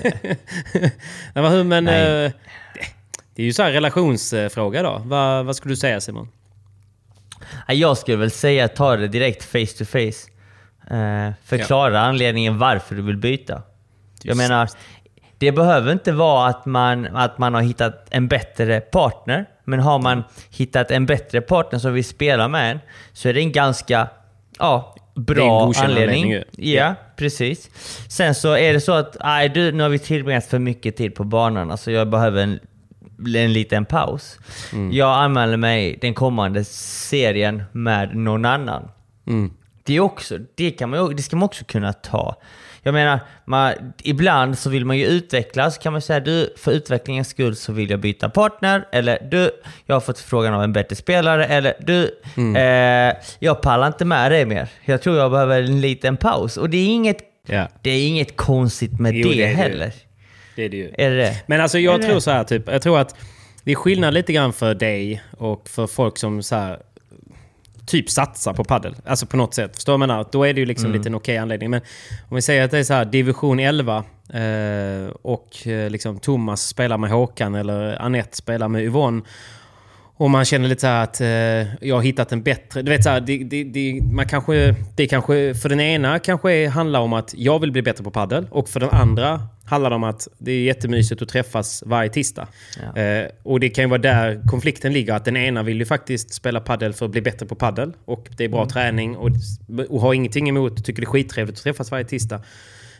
men, Nej. Eh, det är ju så här relationsfråga då. Va, vad skulle du säga Simon? Jag skulle väl säga ta det direkt face to face. Eh, förklara ja. anledningen varför du vill byta. Just. Jag menar, det behöver inte vara att man, att man har hittat en bättre partner. Men har man hittat en bättre partner som vill spela med en, så är det en ganska ja, bra anledning. anledning. Ja, precis. Sen så är det så att aj, du, nu har vi tillbringat för mycket tid på banan. Alltså jag behöver en, en liten paus. Mm. Jag anmäler mig den kommande serien med någon annan. Mm. Det, är också, det, kan man, det ska man också kunna ta. Jag menar, man, ibland så vill man ju utvecklas. Kan man säga, du, för utvecklingens skull så vill jag byta partner. Eller du, jag har fått frågan av en bättre spelare. Eller du, mm. eh, jag pallar inte med dig mer. Jag tror jag behöver en liten paus. Och det är inget, ja. det är inget konstigt med jo, det, det heller. Det är det ju. Är det? Men alltså jag är tror det? så här typ. Jag tror att det är skillnad lite grann för dig och för folk som så här typ satsa på paddel. Alltså på något sätt. Förstår man? Då är det ju liksom mm. lite en okej anledning. Men om vi säger att det är så här division elva eh, och eh, liksom Thomas spelar med Håkan eller Anette spelar med Yvonne och man känner lite så här att eh, jag har hittat en bättre... Du vet så här, det, det, det, man kanske, det kanske... För den ena kanske handlar om att jag vill bli bättre på paddel och för den andra handlar det om att det är jättemysigt att träffas varje tisdag. Ja. Eh, och det kan ju vara där konflikten ligger. Att den ena vill ju faktiskt spela paddel för att bli bättre på paddel. Och det är bra mm. träning. Och, och har ingenting emot, tycker det är skittrevligt att träffas varje tisdag.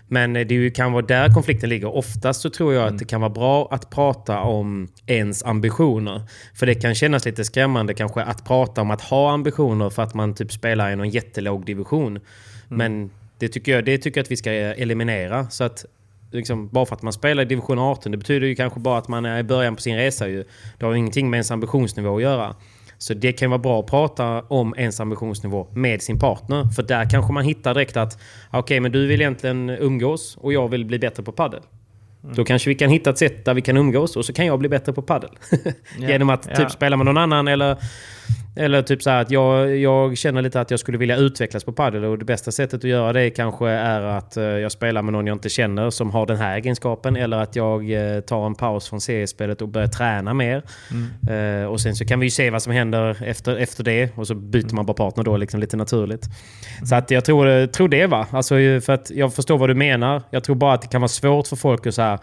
Men det ju kan vara där konflikten ligger. Oftast så tror jag mm. att det kan vara bra att prata om ens ambitioner. För det kan kännas lite skrämmande kanske att prata om att ha ambitioner för att man typ spelar i någon jättelåg division. Mm. Men det tycker jag, det tycker jag att vi ska eliminera. Så att liksom, bara för att man spelar i division arton, det betyder ju kanske bara att man är i början på sin resa. Ju. Det har ju ingenting med ens ambitionsnivå att göra. Så det kan vara bra att prata om ens ambitionsnivå med sin partner. För där kanske man hittar direkt att okej, okay, men du vill egentligen umgås och jag vill bli bättre på paddel. Mm. Då kanske vi kan hitta ett sätt där vi kan umgås och så kan jag bli bättre på paddel. Yeah, Genom att yeah. typ spela med någon annan eller, eller typ så här att jag, jag känner lite att jag skulle vilja utvecklas på paddel och det bästa sättet att göra det kanske är att uh, jag spelar med någon jag inte känner som har den här egenskapen eller att jag uh, tar en paus från seriespelet och börjar träna mer. Mm. Uh, och sen så kan vi ju se vad som händer efter, efter det och så byter man bara partner då liksom lite naturligt. Mm. Så att jag tror, tror det va. Alltså för att jag förstår vad du menar. Jag tror bara att det kan vara svårt för folk att så här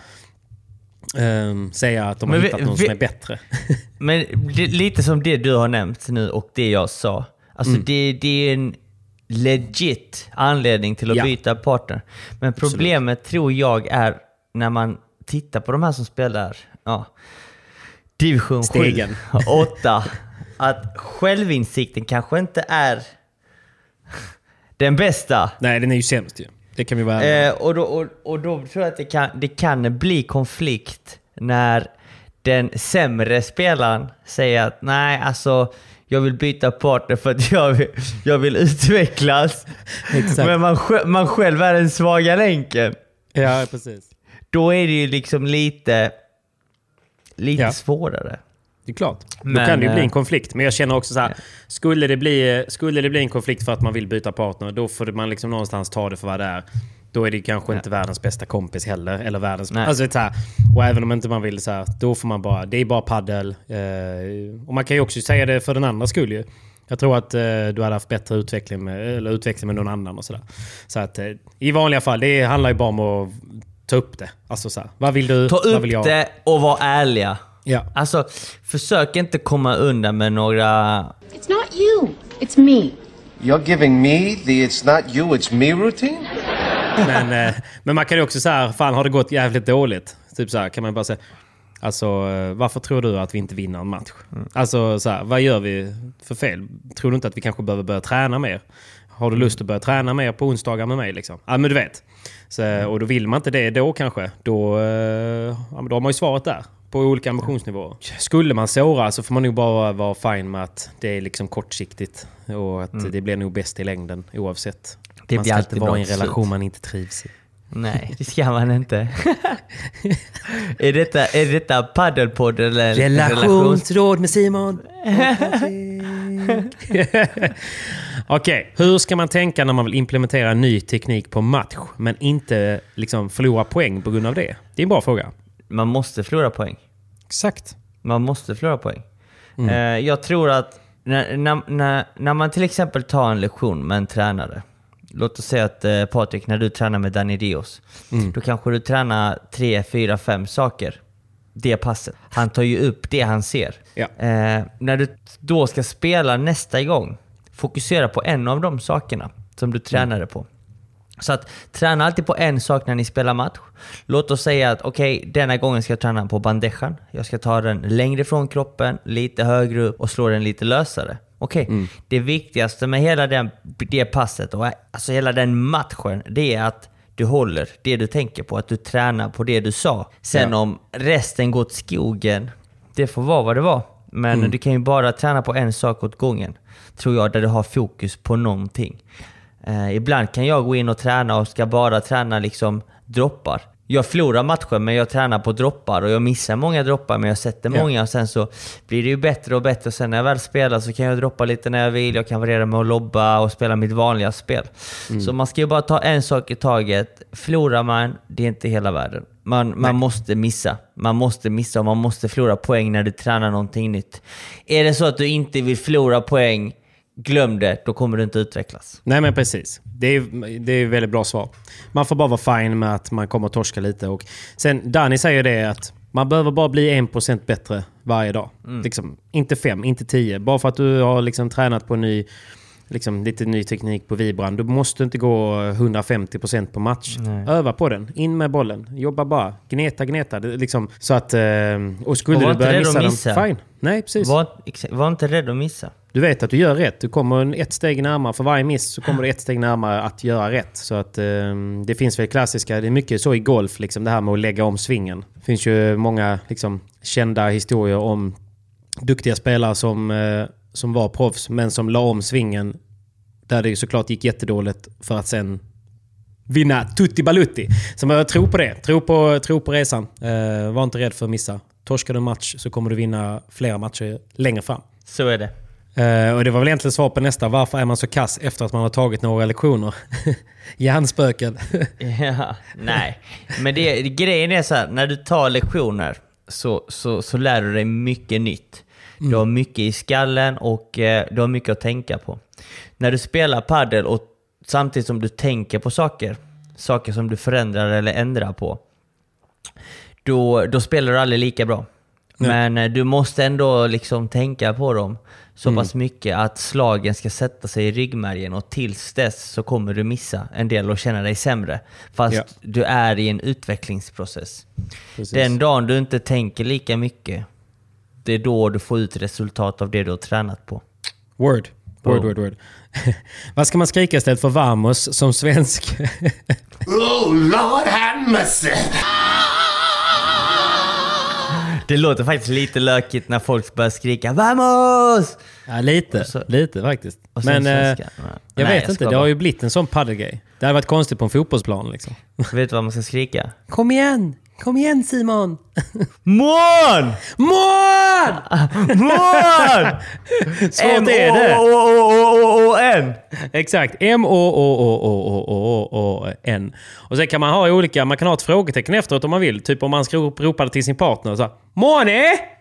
Um, säga att de har men hittat vi, någon vi, som är bättre. Men det, lite som det du har nämnt nu och det jag sa. Alltså mm. det, det är en legit anledning till att ja. byta partner. Men problemet Absolut. tror jag är när man tittar på de här som spelar ja, division Stegen. sju, åtta att självinsikten kanske inte är den bästa. Nej, den är ju sämst ju. Det kan vi vara eh, och, då, och, och då tror jag att det kan, det kan bli konflikt när den sämre spelaren säger att nej, alltså jag vill byta partner för att jag vill, jag vill utvecklas. Men man, man själv är den svaga länken. Ja, precis. Då är det ju liksom lite, lite ja. svårare. Det är klart. Men, då kan det ju bli en konflikt. Men jag känner också så här, ja. skulle, det bli, skulle det bli en konflikt för att man vill byta partner, då får man liksom någonstans ta det för vad det är. Då är det kanske ja. inte världens bästa kompis heller. Eller världens, alltså, så här, och även om inte man vill så här, då får man bara, det är bara paddel. Eh, och man kan ju också säga det för den andra skull ju. Jag tror att eh, du hade haft bättre utveckling med, eller utveckling med någon annan och sådär. Så att eh, i vanliga fall, det handlar ju bara om att ta upp det. Alltså så här, vad vill du? Ta vad upp vill jag? det och vara ärliga. Ja. Alltså, försök inte komma undan med några... It's not you, it's me. You're giving me the it's not you, it's me routine? Men, eh, men man kan ju också säga, fan har det gått jävligt dåligt? Typ så här, kan man bara säga, alltså varför tror du att vi inte vinner en match? Mm. Alltså så här, vad gör vi för fel? Tror du inte att vi kanske behöver börja träna mer? Har du lust att börja träna mer på onsdagar med mig liksom? Ja, men du vet. Så, och då vill man inte det då kanske. Då, ja, men då har man ju svaret där. På olika ambitionsnivåer. Skulle man såra så får man nog bara vara fine med att det är liksom kortsiktigt. Och att mm. det blir nog bäst i längden oavsett. Det man ska inte vara i en relation slut. Man inte trivs i. Nej, det ska man inte. är detta, är detta paddelpodd eller relationsråd med Simon? Okej, okay. Hur ska man tänka när man vill implementera en ny teknik på match men inte liksom förlora poäng på grund av det? Det är en bra fråga. Man måste förlora poäng. Exakt. Man måste förlora poäng. Mm. Uh, jag tror att när, när, när, när man till exempel tar en lektion med en tränare. Låt oss säga att uh, Patrik, när du tränar med Danny Dios. Mm. Då kanske du tränar tre, fyra, fem saker. Det passet. Han tar ju upp det han ser. Ja. Uh, när du då ska spela nästa gång. Fokusera på en av de sakerna som du tränade mm. på. Så att träna alltid på en sak när ni spelar match. Låt oss säga att okej, okay, denna gången ska jag träna på bandejan. Jag ska ta den längre från kroppen, lite högre upp och slå den lite lösare. Okej, okay. mm. Det viktigaste med hela den, det passet och alltså hela den matchen, det är att du håller det du tänker på, att du tränar på det du sa. Sen ja. om resten går till skogen, det får vara vad det var. Men mm. du kan ju bara träna på en sak åt gången, tror jag, där du har fokus på någonting. Uh, ibland kan jag gå in och träna och ska bara träna liksom droppar. Jag förlorar matchen men jag tränar på droppar och jag missar många droppar men jag sätter yeah. många och sen så blir det ju bättre och bättre och sen när jag väl spelar så kan jag droppa lite när jag vill. Jag kan variera med att lobba och spela mitt vanliga spel. Mm. Så man ska ju bara ta en sak i taget. Förlorar man, det är inte hela världen. Man, man måste missa. Man måste missa och man måste förlora poäng när du tränar någonting nytt. Är det så att du inte vill förlora poäng, glöm det, då kommer du inte utvecklas. Nej men precis, det är, det är ett väldigt bra svar. Man får bara vara fine med att man kommer att torska lite. Och sen Danny säger det att man behöver bara bli en procent bättre varje dag. Mm. Liksom, inte fem, inte tio. Bara för att du har liksom tränat på en ny liksom, lite ny teknik på vibran. Du måste inte gå hundrafemtio procent på match. Nej. Öva på den. In med bollen. Jobba bara. Gneta, gneta. Det, liksom, så att, eh, och skulle och du börja missa, missa den, fine. Nej, precis. Var, var inte rädd att missa. Du vet att du gör rätt. Du kommer ett steg närmare. För varje miss så kommer du ett steg närmare att göra rätt. Så att eh, det finns väl klassiska. Det är mycket så i golf, liksom, det här med att lägga om svingen. Det finns ju många liksom, kända historier om duktiga spelare som, eh, som var proffs men som la om svingen där det såklart gick jättedåligt för att sen vinna tutti balutti. Så jag tror på det. Tro på, tro på resan. Eh, var inte rädd för att missa. Torskar du en match så kommer du vinna flera matcher längre fram. Så är det. Uh, och det var väl egentligen svar på nästa. Varför är man så kass efter att man har tagit några lektioner? Hjärnspöken. Ja, nej. Men det, grejen är så här, när du tar lektioner så, så, så lär du dig mycket nytt. Mm. Du har mycket i skallen och eh, du har mycket att tänka på. När du spelar paddel och samtidigt som du tänker på saker, saker som du förändrar eller ändrar på, då, då spelar du aldrig lika bra. Ja. Men eh, du måste ändå liksom tänka på dem så mm. pass mycket att slagen ska sätta sig i ryggmärgen, och tills dess så kommer du missa en del och känna dig sämre. Fast ja. du är i en utvecklingsprocess. Precis. Den dagen du inte tänker lika mycket, det är då du får ut resultat av det du har tränat på. Word, word, oh. word, word. Vad ska man skrika istället för vamos som svensk? Oh Lord have mercy. Det låter faktiskt lite lökigt när folk börjar skrika Vamos! Ja, lite. Så, lite faktiskt. Men eh, jag Nej, vet jag inte, det har ju blivit en sån paddelgrej. Det hade varit konstigt på en fotbollsplan liksom. Vet du vad man ska skrika? Kom igen! Kom igen Simon! Mån! Mån! Mån! Svårt är det. M-O-O-O-O-N. Exakt. M-O-O-O-O-O-O-N. Och sen kan man ha olika, man kan ha ett frågetecken efteråt om man vill. Typ om man ska ropa det till sin partner och så Måne!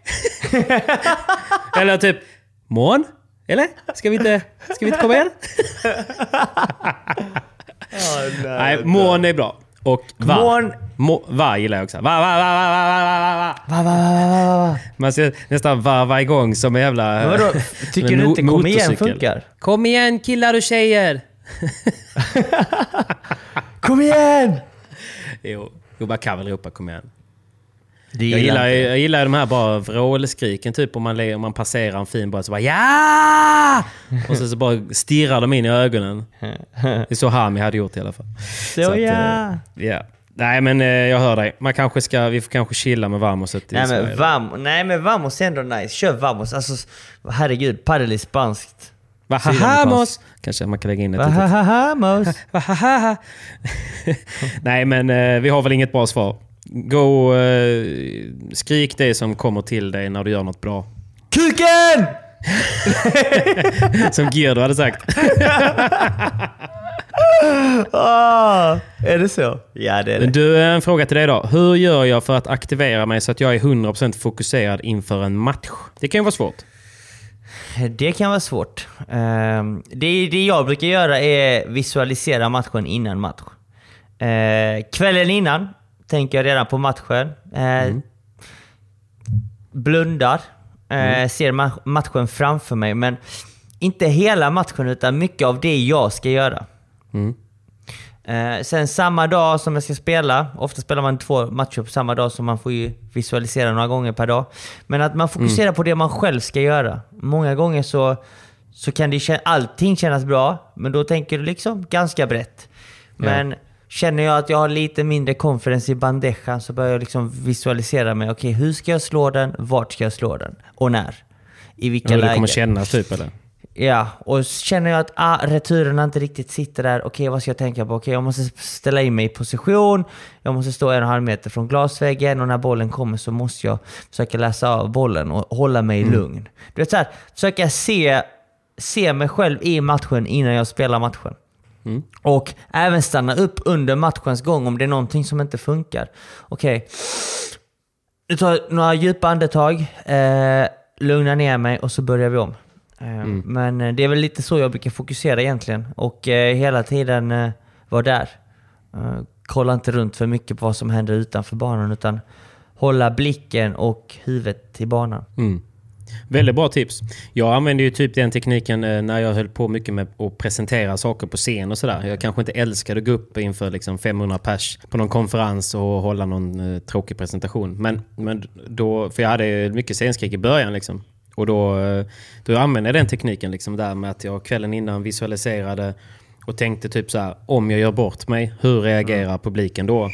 Eller typ Mån? Eller? Ska vi inte, ska vi inte komma igen? oh, nej, nej, Mån är bra. Och va. Mån. Må, va gillar jag också. Va, va, va, va, va, va, va, va, va, va. Man ska nästan varva igång som en jävla... Men vadå? Tycker du inte kom igen funkar? Kom igen killar och tjejer! Kom igen! Jo, jag bara kan väl ropa kom igen. Det jag, gillar, jag gillar de här bara vrålskriken typ om man, om man passerar en fin bara så bara ja! Och så, så bara stirrar de in i ögonen. Det är så Hami hade gjort i alla fall. Så, så att, ja. ja. Nej men eh, jag hör dig. Man kanske ska, vi får kanske chilla med Vamoset i nej, Sverige. Men vam, nej men Vamos är ändå nice. Kör Vamos. Alltså herregud, paddel är spanskt. Vahahamos. Kanske man kan lägga in ett litet. Vahahamos. Vahahaha. Nej men eh, vi har väl inget bra svar. Gå eh, skrik det som kommer till dig när du gör något bra. Kuken! Som Gerdo hade sagt. oh, är det så? Ja, det är det. Du, en fråga till dig då. Hur gör jag för att aktivera mig så att jag är hundra procent fokuserad inför en match? Det kan ju vara svårt. Det kan vara svårt. Um, det, det jag brukar göra är visualisera matchen innan match. Uh, kvällen innan tänker jag redan på matchen. Uh, mm. Blundar. Uh, mm. Ser ma- matchen framför mig. Men inte hela matchen utan mycket av det jag ska göra. Mm. Uh, sen samma dag som jag ska spela, ofta spelar man två matcher på samma dag så man får ju visualisera några gånger per dag. Men att man fokuserar mm. på det man själv ska göra. Många gånger så, så kan det kän- allting kännas bra, men då tänker du liksom ganska brett. Men ja. Känner jag att jag har lite mindre confidence i bandejan så börjar jag liksom visualisera mig. Okej, okay, hur ska jag slå den? Vart ska jag slå den? Och när? I vilka ja, lägen? Det kommer kännas typ eller? Ja, och känner jag att ah, returerna inte riktigt sitter där. Okej, okay, vad ska jag tänka på? Okej, okay, jag måste ställa in mig i position. Jag måste stå en och en halv meter från glasväggen. Och när bollen kommer så måste jag försöka läsa av bollen och hålla mig mm. lugn. Du vet så här, försöka se, se mig själv i matchen innan jag spelar matchen. Mm. Och även stanna upp under matchens gång om det är någonting som inte funkar. Okej, okay. Nu tar jag några djupa andetag. Eh, lugna ner mig och så börjar vi om. Mm. Men det är väl lite så jag brukar fokusera egentligen. Och eh, hela tiden eh, vara där. Eh, kolla inte runt för mycket på vad som händer utanför banan. Utan hålla blicken och huvudet till banan. Mm. Väldigt bra tips. Jag använder ju typ den tekniken när jag höll på mycket med att presentera saker på scen och sådär. Jag kanske inte älskade att gå upp inför liksom femhundra pers på någon konferens och hålla någon uh, tråkig presentation. Men, men då, för jag hade mycket scenskräck i början liksom. Och då, då använde jag den tekniken liksom där med att jag kvällen innan visualiserade och tänkte typ så här: om jag gör bort mig, hur reagerar mm. publiken då?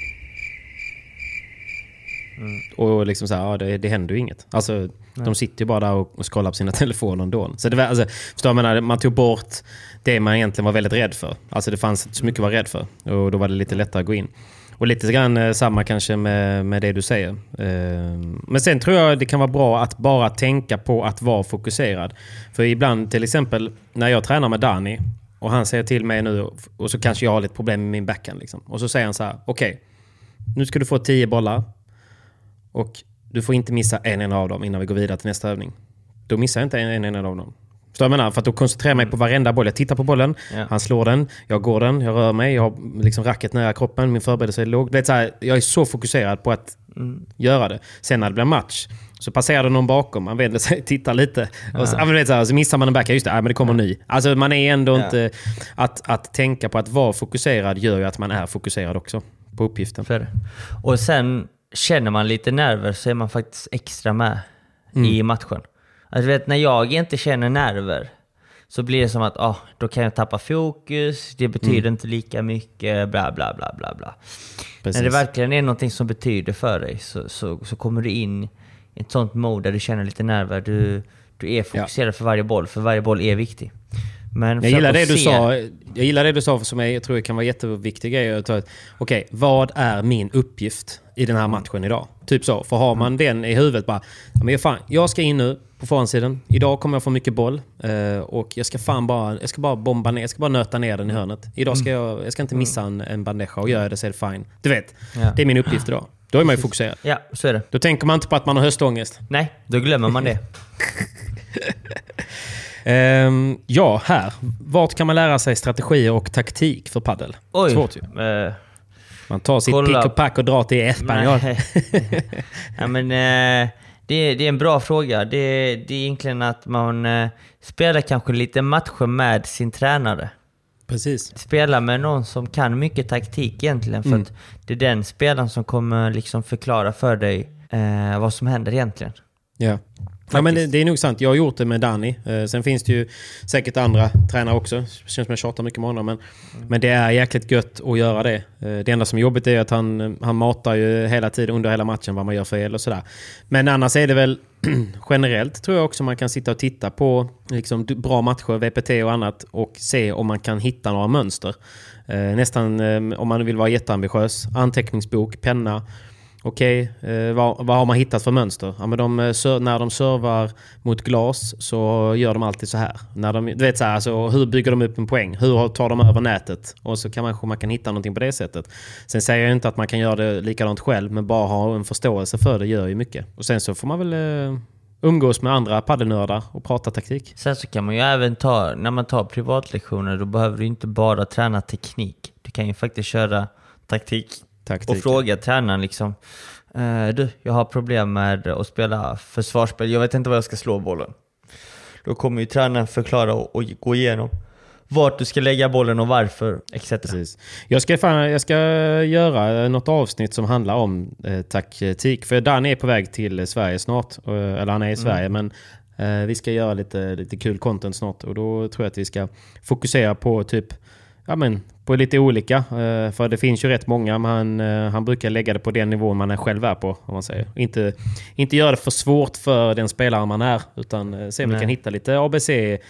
Mm. Och liksom så här, ja, det, det händer ju inget. Alltså, nej. De sitter ju bara där och, och scrollar på sina telefoner ändå. Så det var, alltså, förstår man, man tog bort det man egentligen var väldigt rädd för. Alltså det fanns inte så mycket att vara rädd för. Och då var det lite lättare att gå in. Och lite grann eh, samma kanske med, med det du säger. Eh, men sen tror jag det kan vara bra att bara tänka på att vara fokuserad. För ibland, till exempel, när jag tränar med Danny och han säger till mig nu, och så kanske jag har lite problem med min backhand liksom. Och så säger han så här: okej, okay, nu ska du få tio bollar. Och du får inte missa en enda av dem innan vi går vidare till nästa övning. Då missar jag inte en enda av dem. Så jag menar, för att då koncentrerar jag mig på varenda boll. Jag tittar på bollen, ja. Han slår den, jag går den, jag rör mig, jag har liksom racket nära kroppen, min förberedelse är låg. Det är så här, jag är så fokuserad på att mm. göra det. Sen när det blir match så passerar det någon bakom, man vänder sig, tittar lite. Ja. Och så, vet, så, här, så missar man en back, just det, ja, men det kommer en ny. Alltså man är ändå ja. inte... Att, att tänka på att vara fokuserad gör ju att man är fokuserad också på uppgiften. För. Och sen... känner man lite nerver så är man faktiskt extra med mm. i matchen. Alltså vet, när jag inte känner nerver så blir det som att ah, då kan jag tappa fokus, det betyder mm. inte lika mycket, bla bla bla bla bla. När det verkligen är någonting som betyder för dig så, så, så kommer du in i ett sånt mode där du känner lite nerver. Du, du är fokuserad ja. för varje boll, för varje boll är viktig. Men jag gillar det du se... sa. Jag gillar det du sa som jag tror kan vara jätteviktig grej att ta. Okej, okay, vad är min uppgift i den här matchen idag? Typ så. För har man mm. den i huvudet bara, men fan, jag ska in nu på förhandsidan. Idag kommer jag få mycket boll eh, och jag ska fan bara jag ska bara bomba ner, jag ska bara nöta ner den i hörnet. Idag ska jag jag ska inte missa en, en bandeja och göra det så är det fine. Du vet. Ja. Det är min uppgift idag. Då är man ju fokuserad. Ja, så är det. Då tänker man inte på att man har höstångest. Nej, då glömmer man det. Um, ja, här. Vart kan man lära sig strategier och taktik för paddel? Oj. Svårt ju. Uh, man tar sitt kolla. pick och pack och drar till Espanol. ja, men uh, det, det är en bra fråga. Det, det är egentligen att man uh, spelar kanske lite matcher med sin tränare. Precis. Spela med någon som kan mycket taktik egentligen. För mm. att det är den spelaren som kommer liksom förklara för dig uh, vad som händer egentligen. Ja. Ja, men det, det är nog sant. Jag har gjort det med Danny. Eh, sen finns det ju säkert andra tränare också. Det känns som jag tjatar mycket med honom. Men, mm. men det är jäkligt gött att göra det. Eh, det enda som är jobbigt är att han, han matar ju hela tiden under hela matchen vad man gör fel och sådär. Men annars är det väl generellt tror jag också man kan sitta och titta på liksom, bra matcher, V P T och annat och se om man kan hitta några mönster. Eh, nästan eh, om man vill vara jätteambitiös. Anteckningsbok, penna. Okej, okay, eh, vad, vad har man hittat för mönster? Ja, men de, när de servar mot glas så gör de alltid så här. När de, du vet så här, alltså, hur bygger de upp en poäng? Hur tar de över nätet? Och så kan man, man kan hitta någonting på det sättet. Sen säger jag inte att man kan göra det likadant själv, men bara ha en förståelse för det gör ju mycket. Och sen så får man väl eh, umgås med andra paddelnördar och prata taktik. Sen så kan man ju även ta, när man tar privatlektioner, då behöver du inte bara träna teknik. Du kan ju faktiskt köra taktik. Taktik. Och fråga tränaren liksom, eh, du, jag har problem med att spela försvarsspel, jag vet inte vad jag ska slå bollen. Då kommer ju tränaren förklara och, och gå igenom vart du ska lägga bollen och varför, et cetera. Precis. Jag ska, fan, jag ska göra något avsnitt som handlar om eh, taktik, för Dan är på väg till Sverige snart, eller han är i Sverige, mm. men eh, vi ska göra lite, lite kul content snart, och då tror jag att vi ska fokusera på typ ja, men på lite olika, för det finns ju rätt många, men han, han brukar lägga det på den nivån man är själv är på, om man säger. Inte, inte göra det för svårt för den spelare man är, utan se om vi kan hitta lite A B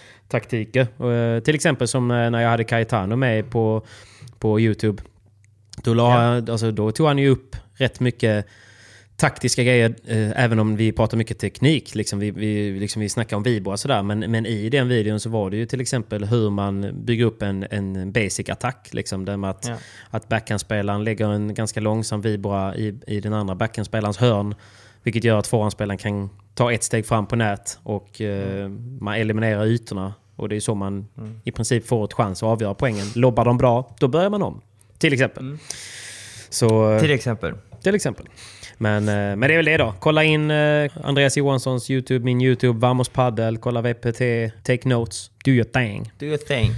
C-taktiker. Till exempel som när jag hade Cayetano med på, på YouTube. Då, la, ja. alltså, då tog han ju upp rätt mycket taktiska grejer, eh, även om vi pratar mycket teknik, liksom vi, vi, liksom vi snackar om vibro och sådär, men, men i den videon så var det ju till exempel hur man bygger upp en, en basic attack, liksom, där med att, ja. att backhandspelaren lägger en ganska långsam vibra i, i den andra backhandspelarens hörn, vilket gör att forehandspelaren kan ta ett steg fram på nät och eh, mm. man eliminerar ytorna, och det är så man mm. i princip får ett chans att avgöra poängen. Lobbar de bra, då börjar man om, till exempel. Mm. Så, till exempel. Till exempel. Men, men det är väl det då. Kolla in uh, Andreas Johanssons YouTube, min YouTube, Vamos Paddel. Kolla V P T, take notes, do your thing. Do your thing.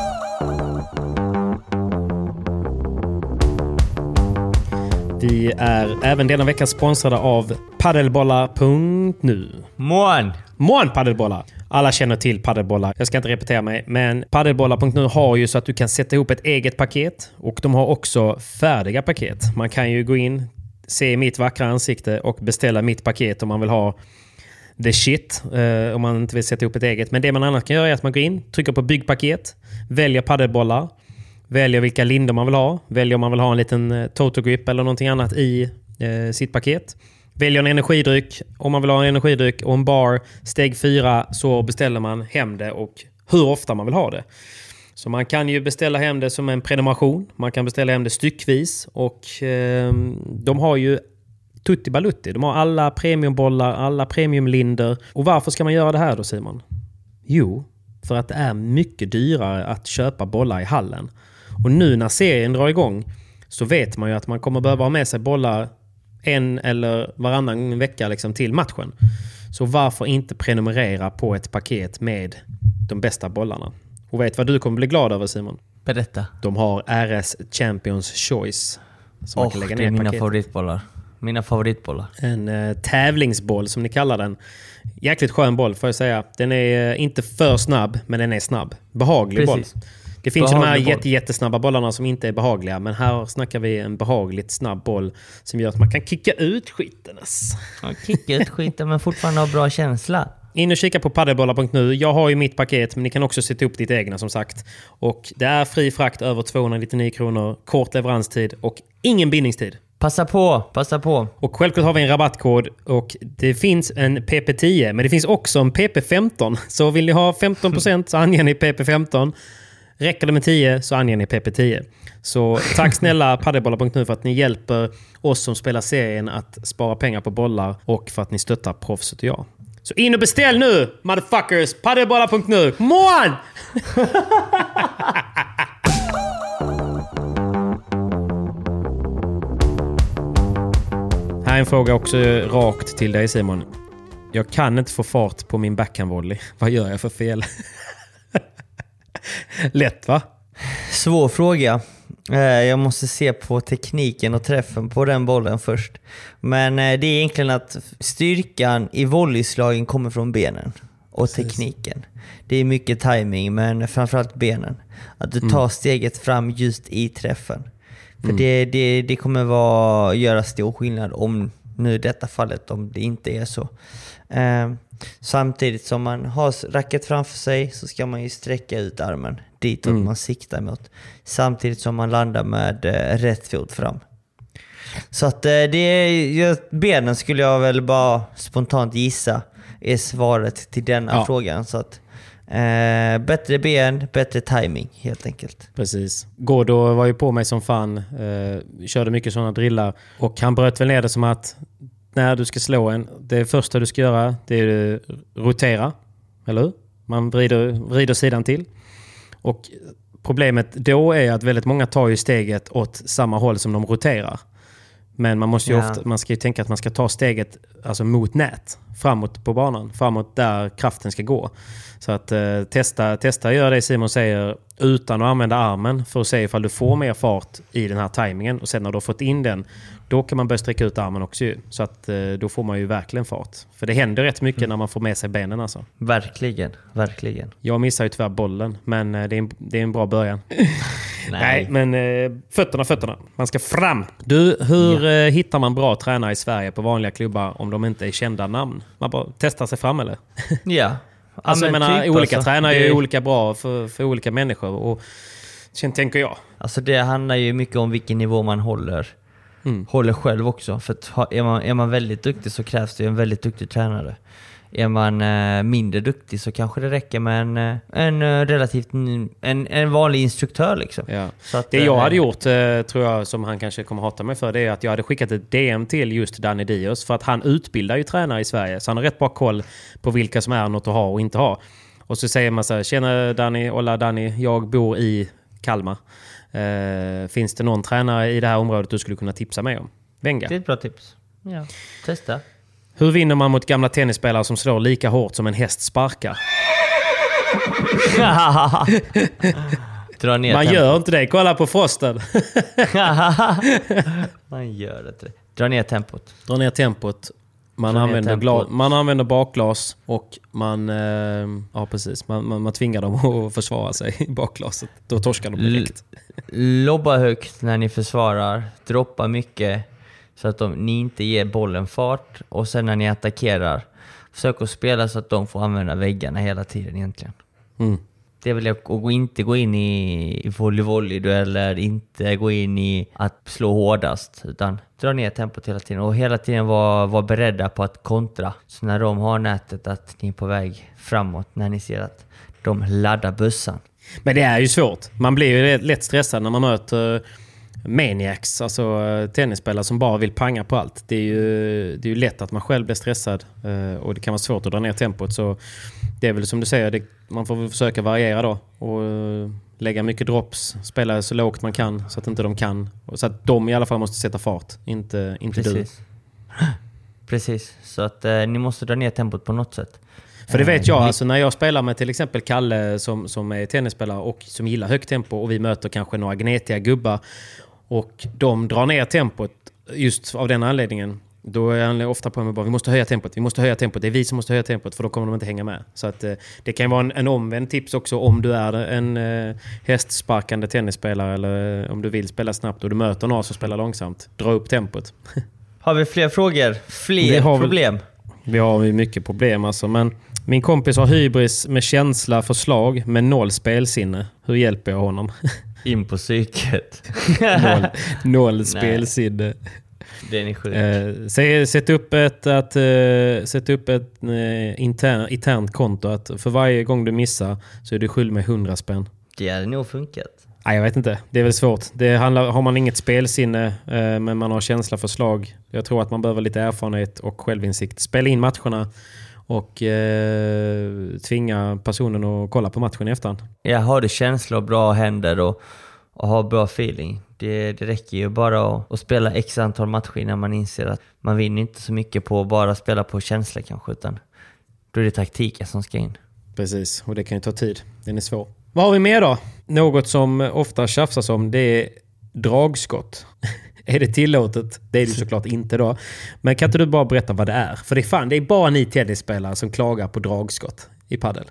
Vi är även denna vecka sponsrade av paddelbollar punkt nu. Mån! Mån paddelbollar! Alla känner till paddelbollar. Jag ska inte repetera mig. Men paddelbollar punkt nu har ju så att du kan sätta ihop ett eget paket. Och de har också färdiga paket. Man kan ju gå in, se mitt vackra ansikte och beställa mitt paket om man vill ha the shit. Eh, om man inte vill sätta ihop ett eget. Men det man annars kan göra är att man går in, trycker på byggpaket, väljer paddelbollar. Väljer vilka lindor man vill ha. Väljer om man vill ha en liten eh, Toto-grip eller någonting annat i eh, sitt paket. Väljer en energidryck. Om man vill ha en energidryck och en bar. Steg fyra så beställer man hem det och hur ofta man vill ha det. Så man kan ju beställa hem det som en prenumeration. Man kan beställa hem det styckvis. Och eh, de har ju tutti balutti. De har alla premiumbollar, alla premiumlinder. Och varför ska man göra det här då, Simon? Jo, för att det är mycket dyrare att köpa bollar i hallen. Och nu när serien drar igång så vet man ju att man kommer behöva ha med sig bollar en eller varannan vecka liksom till matchen. Så varför inte prenumerera på ett paket med de bästa bollarna? Och vet vad du kommer bli glad över, Simon? Berätta. De har R S Champions Choice. Som oh, man kan lägga det är ner mina paketet. favoritbollar. Mina favoritbollar. En eh, tävlingsboll som ni kallar den. Jäkligt skön boll får jag säga. Den är eh, inte för snabb, men den är snabb. Behaglig Precis. boll. Det finns behaglig ju de här boll. jätte, jättesnabba bollarna som inte är behagliga. Men här snackar vi en behagligt snabb boll som gör att man kan kicka ut skiten. Ja, kicka ut skiten men fortfarande ha bra känsla. In och kika på paddelbollar punkt nu. Jag har ju mitt paket, men ni kan också sätta upp ditt egna som sagt. Och det är fri frakt över tvåhundranittionio kronor, kort leveranstid och ingen bindningstid. Passa på, passa på. Och självklart har vi en rabattkod och det finns en P P tio, men det finns också en P P femton. Så vill ni ha femton procent så anger ni P P femton. Räcker det med tio så anger ni P P tio. Så tack snälla paddelbollar punkt nu för att ni hjälper oss som spelar serien att spara pengar på bollar och för att ni stöttar proffset och jag. Så in och beställ nu, motherfuckers! paddelbollar punkt nu. Mån! Här är en fråga också rakt till dig, Simon. Jag kan inte få fart på min backhandvolley. Vad gör jag för fel? Lätt, va? Svår fråga. Jag måste se på tekniken och träffen på den bollen först. Men det är egentligen att styrkan i volleyslagen kommer från benen och Precis. tekniken. Det är mycket timing, men framförallt benen. Att du tar mm. steget fram just i träffen. För mm. det, det, det kommer vara, göra stor skillnad om nu i detta fallet, om det inte är så. Eh, samtidigt som man har racket framför sig så ska man ju sträcka ut armen ditåt mm. man siktar mot. Samtidigt som man landar med eh, rätt fot fram. Så att eh, det är, benen skulle jag väl bara spontant gissa är svaret till denna ja. frågan. Så att Eh, bättre ben, bättre timing helt enkelt. Precis. Gordo var ju på mig som fan, eh, körde mycket sådana drillar och han bröt väl ner det som att när du ska slå en, det första du ska göra det är att rotera, eller hur? Man vrider, vrider sidan till och problemet då är att väldigt många tar ju steget åt samma håll som de roterar. Men man måste ju ja. ofta, man ska ju tänka att man ska ta steget alltså mot nät, framåt på banan, framåt där kraften ska gå. Så att eh, testa, testa gör det Simon säger utan att använda armen för att se ifall du får mer fart i den här tajmingen. Och sen när du har fått in den, då kan man börja sträcka ut armen också ju. Så att eh, då får man ju verkligen fart. För det händer rätt mycket mm. när man får med sig benen alltså. Verkligen, verkligen. Jag missar ju tyvärr bollen, men eh, det, är en, det är en bra början. Nej. Nej, men eh, fötterna, fötterna. Man ska fram. Du, hur ja. eh, hittar man bra tränare i Sverige på vanliga klubbar om de inte är kända namn? Man bara testar sig fram eller? Ja. Alltså jag menar, typ, olika alltså, tränare är ju olika bra för, för olika människor och sen tänker jag. Alltså det handlar ju mycket om vilken nivå man håller mm. håller själv också. För att är man, är man väldigt duktig så krävs det ju en väldigt duktig tränare. Är man eh, mindre duktig så kanske det räcker med en, en relativt en, en vanlig instruktör liksom. Ja. Så att, det jag hade gjort eh, tror jag som han kanske kommer hata mig för det är att jag hade skickat ett D M till just Danny Dios för att han utbildar ju tränare i Sverige så han har rätt bra koll på vilka som är något att ha och inte ha. Och så säger man så här: tjena Danny, hola Danny, jag bor i Kalmar. Uh, finns det någon tränare i det här området du skulle kunna tipsa mig om? Wenger? Det är ett bra tips. Ja, testa. Hur vinner man mot gamla tennisspelare som slår lika hårt som en häst sparkar? Dra ner man tempot. gör inte det. Kolla på Frosten. Man gör inte det. Dra ner tempot. Dra ner tempot. Man, Dra ner använder, tempot. gla- man använder bakglas och man, eh, ja, precis. Man, man, man tvingar dem att försvara sig i bakglaset. Då torskar de direkt. L- lobba högt när ni försvarar. Droppa mycket så att de, ni inte ger bollen fart. Och sen när ni attackerar, försök att spela så att de får använda väggarna hela tiden egentligen. Mm. Det vill jag och inte gå in i, i volley-volley-dueller, inte gå in i att slå hårdast, utan dra ner tempot hela tiden och hela tiden vara var beredda på att kontra. Så när de har nätet att ni är på väg framåt, när ni ser att de laddar bussan. Men det är ju svårt. Man blir ju lätt stressad när man möter maniacs, alltså tennisspelare som bara vill panga på allt. Det är ju, det är ju lätt att man själv blir stressad och det kan vara svårt att dra ner tempot. Så det är väl som du säger, det, man får väl försöka variera då och lägga mycket drops, spela så lågt man kan så att inte de kan. Så att de i alla fall måste sätta fart, inte, inte Precis. du. Precis, så att eh, ni måste dra ner tempot på något sätt. För det vet jag, alltså när jag spelar med till exempel Kalle som, som är tennisspelare och som gillar högt tempo och vi möter kanske några gnetiga gubbar och de drar ner tempot just av den anledningen. Då är han ofta på mig bara, vi måste höja tempot, vi måste höja tempot, det är vi som måste höja tempot för då kommer de inte hänga med. Så att eh, det kan vara en, en omvänd tips också om du är en eh, hästsparkande tennisspelare eller eh, om du vill spela snabbt och du möter någon som spelar långsamt. Dra upp tempot. Har vi fler frågor? Fler har problem? Vi, vi har ju mycket problem alltså, men min kompis har hybris med känsla för slag med noll spelsinne. Hur hjälper jag honom? In på psyket. noll, noll spelsinne. Det är ni sjukt. Eh, säg, sätt upp ett, att, eh, sätt upp ett eh, intern, internt konto att för varje gång du missar så är du skyldig med hundra spänn. Det hade nog funkat. Nej, jag vet inte. Det är väl svårt. Det handlar, har man inget spelsinne eh, men man har känsla för slag. Jag tror att man behöver lite erfarenhet och självinsikt. Spela in matcherna och eh, tvinga personen att kolla på matchen i efterhand. Jag har det känsla och bra händer och, och har bra feeling. Det, det räcker ju bara att, att spela x antal matcher när man inser att man vinner inte så mycket på att bara spela på känsla kanske, utan då är det taktiken som ska in. Precis, och det kan ju ta tid. Den är svår. Vad har vi mer då? Något som ofta tjafsas om, det är dragskott. Är det tillåtet? Det är det såklart inte då. Men kan inte du bara berätta vad det är? För det är fan, det är bara ni tennisspelare som klagar på dragskott i paddel.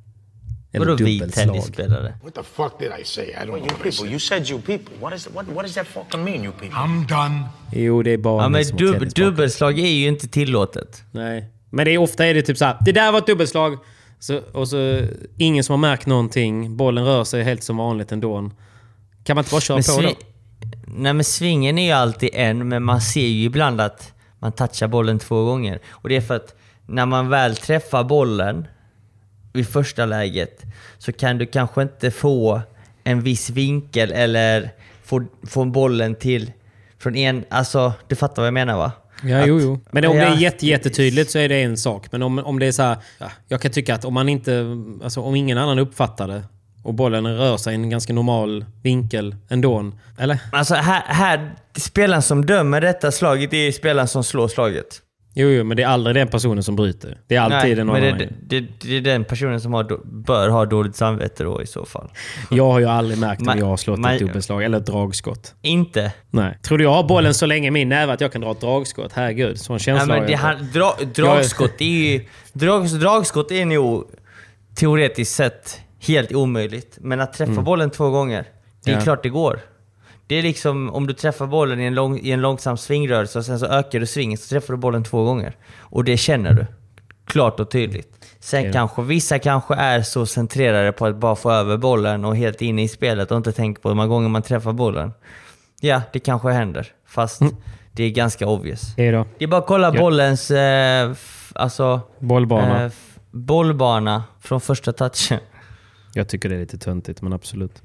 Vadå vi tennisspelare? What the fuck did I say? I don't know. You people, you said you people. What is what what does that fucking mean, you people? I'm done. Jo, det är bara ja, ni men som dub- dubbelslag är ju inte tillåtet. Nej. Men det är ofta är det typ så här, det där var ett dubbelslag. Så, och så ingen som har märkt någonting. Bollen rör sig helt som vanligt ändå. Kan man inte bara köra men på svi- då? Nej, men svingen är ju alltid en, men man ser ju ibland att man touchar bollen två gånger. Och det är för att när man väl träffar bollen vid första läget så kan du kanske inte få en viss vinkel eller få, få bollen till från en, alltså du fattar vad jag menar, va? Ja, att, jo, jo. Men om ja, det är jätte, jättetydligt så är det en sak. Men om, om det är så här, ja, jag kan tycka att om man inte, alltså om ingen annan uppfattar det och bollen rör sig i en ganska normal vinkel ändå, eller? Alltså här, här spelaren som dömer detta slaget är spelaren som slår slaget. Jo, jo, men det är aldrig den personen som bryter. Det är alltid Nej, en men annan. det, det, det är den personen som har, bör ha dåligt samvete då i så fall. Jag har ju aldrig märkt man, om jag har slått man, ett dubbelslag eller ett dragskott. Inte? Nej. Tror du jag har bollen så länge i min näve att jag kan dra ett dragskott? Herregud, sån känsla ja, men det har jag här, dra, dragskott är ju... Drag, dragskott är nog teoretiskt sett helt omöjligt. Men att träffa mm. bollen två gånger, det är ja. klart det går. Det är liksom om du träffar bollen i en, lång, i en långsam svingrörelse och sen så ökar du svingen så träffar du bollen två gånger. Och det känner du. Klart och tydligt. Sen ja. kanske, vissa kanske är så centrerade på att bara få över bollen och helt inne i spelet och inte tänka på hur många gånger man träffar bollen. Ja, det kanske händer. Fast mm. det är ganska obvious. Det är, då. Det är bara att kolla ja. bollens eh, f- alltså, bollbana. Eh, f- bollbana från första touchen. Jag tycker det är lite töntigt, men absolut.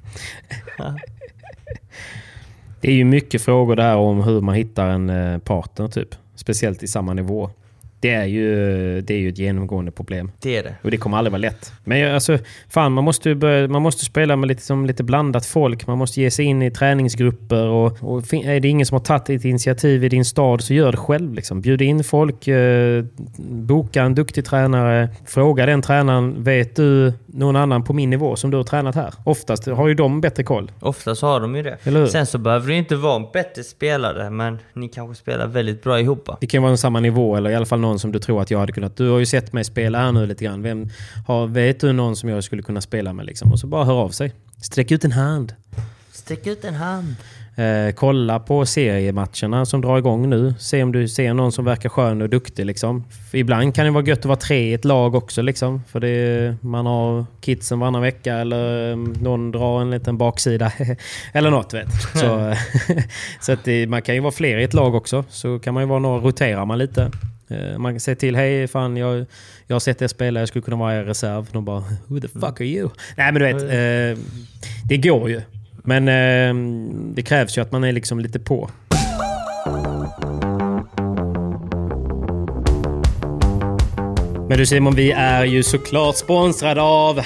Det är ju mycket frågor där om hur man hittar en partner typ. Speciellt i samma nivå. Det är ju det är ju ett genomgående problem. Det är det. Och det kommer aldrig vara lätt. Men alltså, fan, man måste ju börja, man måste spela med lite, som lite blandat folk. Man måste ge sig in i träningsgrupper. Och, och är det ingen som har tagit ett initiativ i din stad, så gör det själv. Liksom. Bjud in folk, eh, boka en duktig tränare. Fråga den tränaren, vet du någon annan på min nivå som du har tränat här? Oftast har ju de bättre koll. Oftast har de ju det. Sen så behöver du inte vara en bättre spelare, men ni kanske spelar väldigt bra ihop. Det kan vara en samma nivå, eller i alla fall någon som du tror att jag hade kunnat. Du har ju sett mig spela här nu lite grann. Vem har, vet du någon som jag skulle kunna spela med liksom? Och så bara hör av sig. Sträck ut en hand. Sträck ut en hand. Eh, kolla på seriematcherna som drar igång nu. Se om du ser någon som verkar skön och duktig liksom. För ibland kan det vara gött att vara tre i ett lag också liksom. För det, man har kidsen varannan vecka, eller um, någon drar en liten baksida eller något, vet. Så, så att det, man kan ju vara fler i ett lag också. Så kan man ju vara några, roterar man lite. Eh, man kan säga till, hej fan, jag, jag har sett er spela, jag skulle kunna vara i reserv. De bara, who the fuck are you? Nej men du vet, eh, det går ju. Men eh, det krävs ju att man är liksom lite på. Men du Simon, vi är ju såklart sponsrade av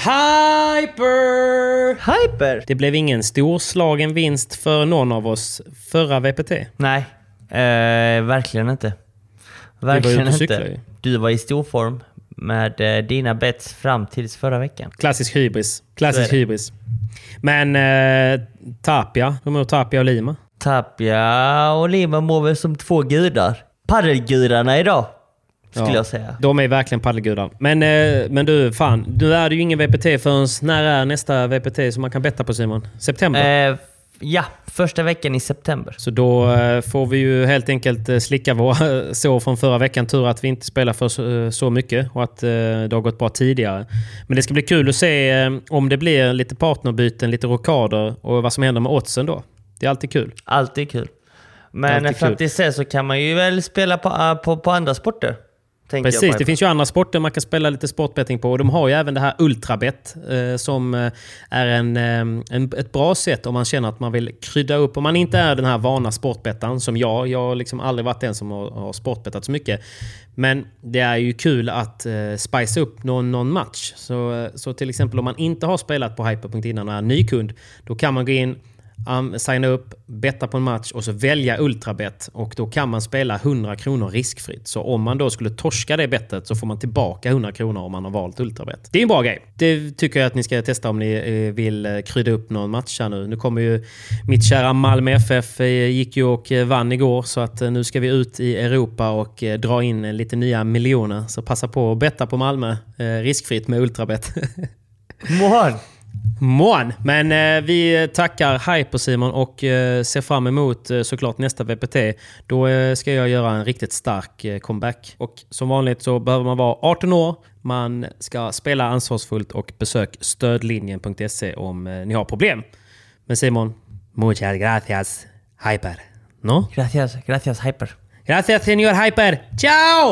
Hyper! Hyper? Det blev ingen storslagen vinst för någon av oss förra V P T. Nej, eh, verkligen inte. Verkligen inte. Cykla, du var i stor form med eh, dina bets fram tills förra veckan. Klassisk hybris. Klassisk hybris. Men eh, Tapia, hur mår Tapia och Lima? Tapia och Lima mår väl som två gudar. Paddelgudarna idag, skulle ja, jag säga. De är verkligen paddelgudar. Men, eh, men du, fan, nu är det ju ingen V P T förrän när är nästa V P T som man kan betta på, Simon? September? Eh, ja, första veckan i september. Så då eh, får vi ju helt enkelt eh, slicka våra sår från förra veckan. Tur att vi inte spelar för så, så mycket och att eh, det har gått bra tidigare. Men det ska bli kul att se eh, om det blir lite partnerbyten, lite rockader och vad som händer med oddsen då. Det är alltid kul. Alltid kul. Men fram till sen så kan man ju väl spela på, på, på andra sporter. Precis, det finns ju andra sporter man kan spela lite sportbetting på. Och de har ju även det här Ultrabet eh, som eh, är en, eh, en, ett bra sätt om man känner att man vill krydda upp. Om man inte är den här vana sportbettaren som jag. Jag har liksom aldrig varit den som har, har sportbettat så mycket. Men det är ju kul att eh, spice upp någon, någon match. Så, så till exempel om man inte har spelat på Hyper punkt innan och är ny kund, då kan man gå in, Um, signa upp, betta på en match och så välja Ultrabet, och då kan man spela hundra kronor riskfritt. Så om man då skulle torska det bettet så får man tillbaka hundra kronor om man har valt Ultrabet. Det är en bra grej. Det tycker jag att ni ska testa om ni eh, vill eh, krydda upp någon match här nu. Nu kommer ju mitt kära Malmö F F eh, gick ju och eh, vann igår, så att eh, nu ska vi ut i Europa och eh, dra in eh, lite nya miljoner. Så passa på att betta på Malmö eh, riskfritt med Ultrabet. Mohan! Mån. Men eh, vi tackar Hyper, Simon, och eh, ser fram emot eh, såklart nästa V P T. Då eh, ska jag göra en riktigt stark eh, comeback. Och som vanligt så behöver man vara arton år. Man ska spela ansvarsfullt och besök stödlinjen punkt se om eh, ni har problem. Men Simon, muchas gracias Hyper. No? Gracias, gracias Hyper. Gracias señor Hyper. Ciao!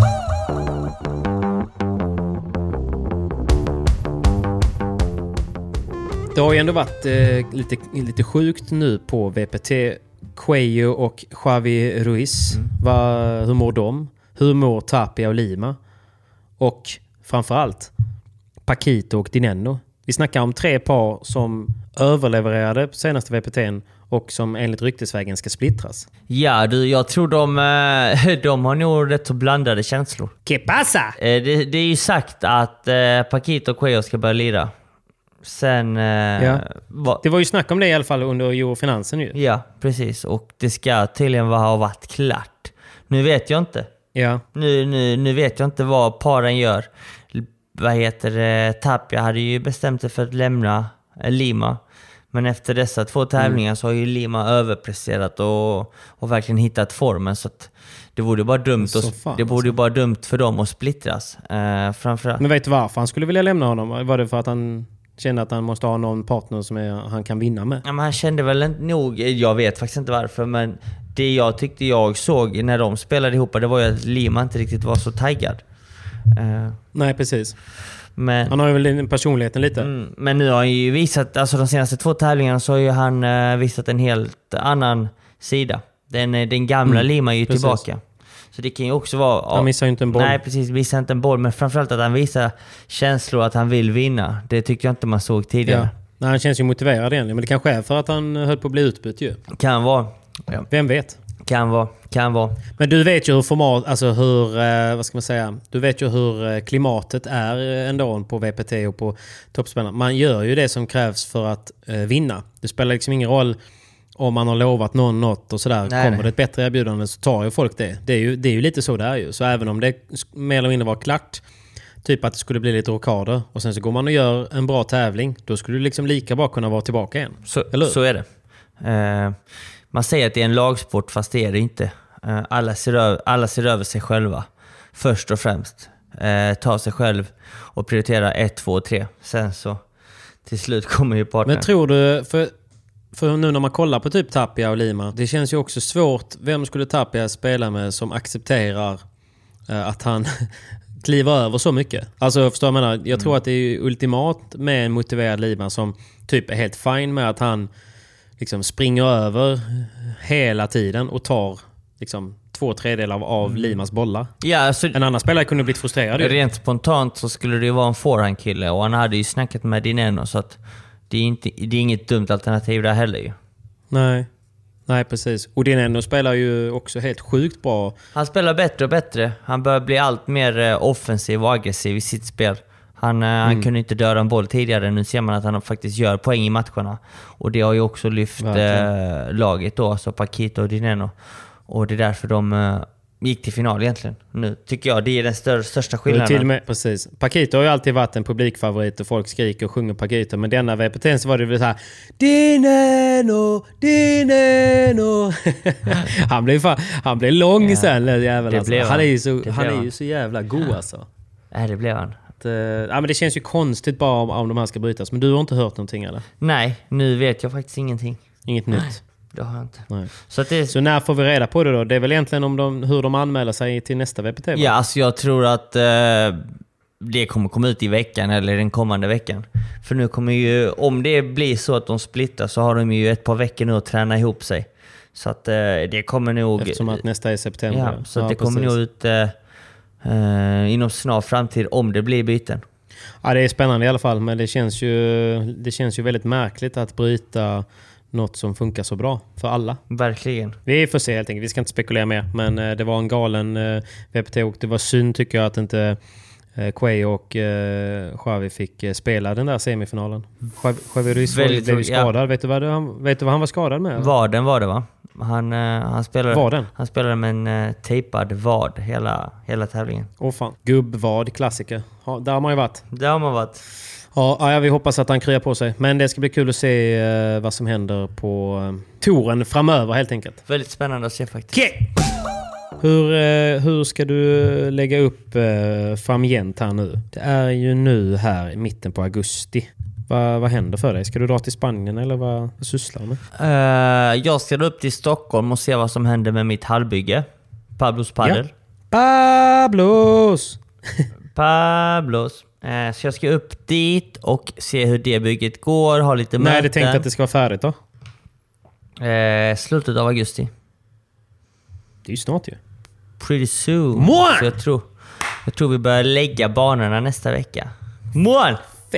Det har ju ändå varit eh, lite, lite sjukt nu på V P T. Cuello och Javi Ruiz. Mm. Va, hur mår de? Hur mår Tapia och Lima? Och framförallt Paquito och Dineno. Vi snackar om tre par som överlevererade på senaste V P T:n och som enligt ryktesvägen ska splittras. Ja, du, jag tror de, de har nog rätt så blandade känslor. ¿Qué pasa? Det, det är ju sagt att Paquito och Cuello ska börja lira. Sen, eh, ja. va- det var ju snack om det i alla fall under Eurofinansen ju. Ja, precis. Och det ska tydligen ha varit klart. Nu vet jag inte. Ja. Nu, nu, nu vet jag inte vad paren gör. Vad heter det? Tapia hade ju bestämt sig för att lämna Lima. Men efter dessa två tävlingar mm. så har ju Lima överpresterat och, och verkligen hittat formen. Så att det borde bara dumt, och, fan, det borde alltså. bara dumt för dem att splittras. Eh, framförallt. Men vet du varför han skulle vilja lämna honom? Var det för att han kände att han måste ha någon partner som är, han kan vinna med? Ja, men han kände väl inte nog, jag vet faktiskt inte varför, men det jag tyckte jag såg när de spelade ihop, det var ju att Lima inte riktigt var så taggad. Uh, Nej, precis. Men, han har ju väl personligheten lite. Mm, men nu har han ju visat, alltså de senaste två tävlingarna så har ju han uh, visat en helt annan sida. Den, den gamla mm, Lima är ju precis. tillbaka. Så det kan ju också vara... Han missar ju inte en boll. Nej, precis. Missar inte en boll. Men framförallt att han visar känslor att han vill vinna. Det tyckte jag inte man såg tidigare. Ja. Nej, han känns ju motiverad egentligen. Men det kanske är för att han höll på att bli utbytt ju. Kan vara. Ja. Vem vet? Kan vara. Kan vara. Men du vet ju hur format, alltså hur, eh, vad ska man säga? Du vet ju hur klimatet är ändå på V P T och på toppspelarna. Man gör ju det som krävs för att eh, vinna. Det spelar liksom ingen roll om man har lovat någon något och sådär. Nej, Kommer nej. det ett bättre erbjudande så tar ju folk det. Det är ju, det är ju lite så det är ju. Så även om det mer eller mindre var klart, typ att det skulle bli lite rockader och sen så går man och gör en bra tävling, då skulle du liksom lika bra kunna vara tillbaka igen. Så, så är det. Uh, man säger att det är en lagsport, fast det är det inte. Uh, alla, ser över, alla ser över sig själva. Först och främst. Uh, ta sig själv och prioritera ett, två, tre. Sen så till slut kommer ju partner. Men tror du, för, för nu när man kollar på typ Tapia och Lima, det känns ju också svårt. Vem skulle Tapia spela med som accepterar uh, att han kliver över så mycket? Alltså förstår jag menar, jag mm. tror att det är ultimat med en motiverad Lima som typ är helt fin med att han liksom springer över hela tiden och tar liksom två tredjedelar av, av mm. Limas bollar. Ja, alltså, en annan spelare kunde blivit frustrerad. Rent spontant så skulle det ju vara en forehand-kille och han hade ju snackat med Dineno, så att det är, inte, det är inget dumt alternativ där heller ju. Nej. Nej, precis. Och Dineno spelar ju också helt sjukt bra. Han spelar bättre och bättre. Han börjar bli allt mer offensiv och aggressiv i sitt spel. Han, mm. han kunde inte döda en boll tidigare. Nu ser man att han faktiskt gör poäng i matcherna. Och det har ju också lyft eh, laget då, alltså Paquito och Dineno. Och det är därför de eh, gick till final egentligen. Nu tycker jag det är den större, största skillnaden. Till och med, precis. Paquito har ju alltid varit en publikfavorit och folk skriker och sjunger Paquito. Men denna V P T så var det väl så här: Dineno, Dineno. han blev fan, han blev lång ja, sen jävlar. Alltså. Han, han är ju så han är ju så jävla god alltså. Nej, det blev han. Ja, men det känns ju konstigt bara om, om de här ska brytas. Men du har inte hört någonting eller? Nej, nu vet jag faktiskt ingenting. Inget Nej, nytt? det har jag inte. Nej. Så, att det... Så när får vi reda på det då? Det är väl egentligen om de, hur de anmäler sig till nästa V P T? Va? Ja, alltså jag tror att eh, det kommer komma ut i veckan eller den kommande veckan. För nu kommer ju, om det blir så att de splittar, så har de ju ett par veckor nu att träna ihop sig. Så att eh, det kommer nog... Eftersom att nästa är september. Ja, så ja, det kommer nog ut... Eh, Uh, inom snar framtid om det blir byten. Ja, det är spännande i alla fall, men det känns ju det känns ju väldigt märkligt att bryta något som funkar så bra för alla. Verkligen. Vi får se helt enkelt. Vi ska inte spekulera mer, men uh, det var en galen uh, V P T och det var synd tycker jag att inte uh, Quay och uh, Xavi fick uh, spela den där semifinalen. Xavi Ruiz blev ju skadad. Ja. Vet du vad han, vet du vad han var skadad med? Vaden var det va? Han, uh, han, spelade, Vaden. han spelade med en uh, tejpad vad hela, hela tävlingen. Åh fan. Gubbvad, klassiker. Ja, där har man ju varit. Där har man varit. Ja, ja, vi hoppas att han kryar på sig. Men det ska bli kul att se uh, vad som händer på uh, touren framöver helt enkelt. Väldigt spännande att se faktiskt. Okay. Hur, uh, hur ska du lägga upp uh, framgent här nu? Det är ju nu här i mitten på augusti. Vad, vad händer för dig? Ska du dra till Spanien eller vad, vad sysslar du med? Uh, jag ska upp till Stockholm och se vad som händer med mitt hallbygge. Pablos Padel. Ja. Pablos! Pablos. Uh, så jag ska upp dit och se hur det bygget går. Ha lite möten. Nej, du tänkte att det ska vara färdigt då? Uh, slutet av augusti. Det är ju snart ju. Pretty soon. Så jag tror, jag tror vi börjar lägga banorna nästa vecka. Mål!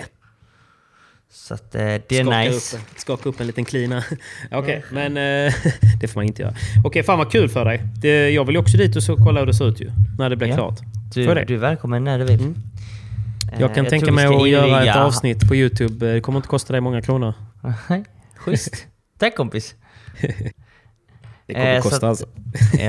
Så att, eh, det är skaka nice. Upp, skaka upp en liten klina. Okej, okay, men eh, det får man inte göra. Okej, okay, fan vad kul för dig. Det, jag vill ju också dit och så kolla hur det ser ut ju. När det blir ja. klart. Du, du är välkommen när du vill. Mm. Jag kan eh, tänka mig att göra ett avsnitt på YouTube. Det kommer inte kosta dig många kronor. Schysst. Tack kompis. Det kommer eh, kosta alltså. Ja.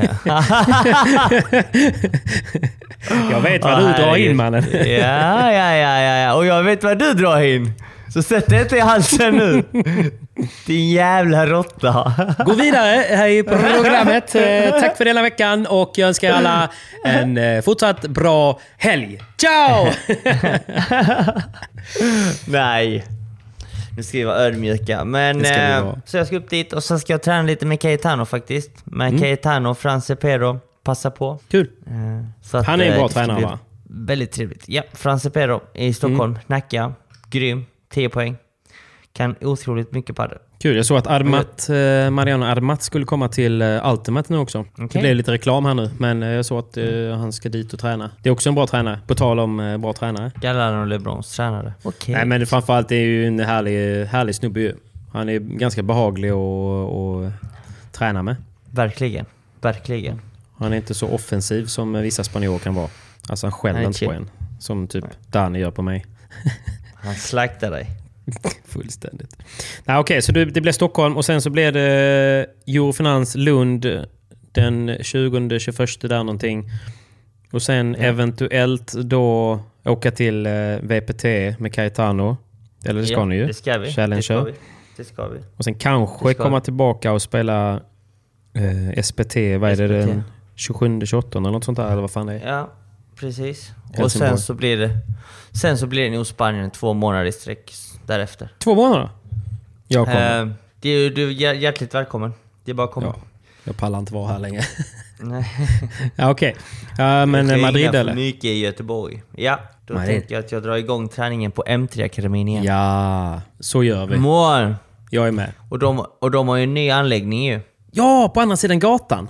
Jag vet vad du drar in, mannen. ja, ja, ja, ja. Och jag vet vad du drar in. Så sätt det inte i halsen nu. Din jävla råtta. Gå vidare här i programmet. Tack för denna veckan och jag önskar alla en fortsatt bra helg. Ciao! Nej. Nu ska vi vara ödmjuka. Men, eh, så jag ska upp dit och så ska jag träna lite med Cayetano faktiskt. Med mm. Cayetano, France Pero. Passa på. Kul. Eh, så att, han är en bra tränare va? Väldigt trevligt. Ja, France Pero i Stockholm. Mm. Nacka. Grym. tio poäng. Kan otroligt mycket padel. Kul, jag såg att Armat, eh, Mariano Armat skulle komma till eh, Ultimate nu också. Okay. Det blev lite reklam här nu, men eh, jag såg att eh, han ska dit och träna. Det är också en bra tränare, på tal om eh, bra tränare. Gallardo och LeBrons tränare. Okay. Nej, men framförallt är ju en härlig, härlig snubbe ju. Han är ganska behaglig att träna med. Verkligen, verkligen. Han är inte så offensiv som vissa spanjorer kan vara. Alltså han skäller inte på en. Som typ Danny gör på mig. Han slaktar dig. Fullständigt. Nej, okej, okay, så det, det blev Stockholm och sen så blev det Eurofinans Lund den tjugonde tjugoförsta där någonting. Och sen ja. eventuellt då åka till V P T med Caetano. Eller det ska ja, ni ju. Det ska vi. Challenger. Det ska vi. Det ska vi. Och sen kanske komma tillbaka och spela eh, S P T. Vad är det? Den tjugosjunde tjugoåttonde eller något sånt där, eller vad fan det är? Ja, precis. Och sen så blir det sen så blir det nog Spanien två månader i sträck därefter. Två månader? Jag kommer. Eh, det är, du är hjärtligt välkommen. Det är bara att komma. Ja, jag pallar inte vara här länge. Nej. Ja, okej. Okay. Uh, men Madrid eller? Mycket i Göteborg. Ja, då Madrid. tänker jag att jag drar igång träningen på M tre-akademin igen. Ja, så gör vi. Mål. Jag är med. Och de, och de har ju en ny anläggning ju. Ja, på andra sidan gatan.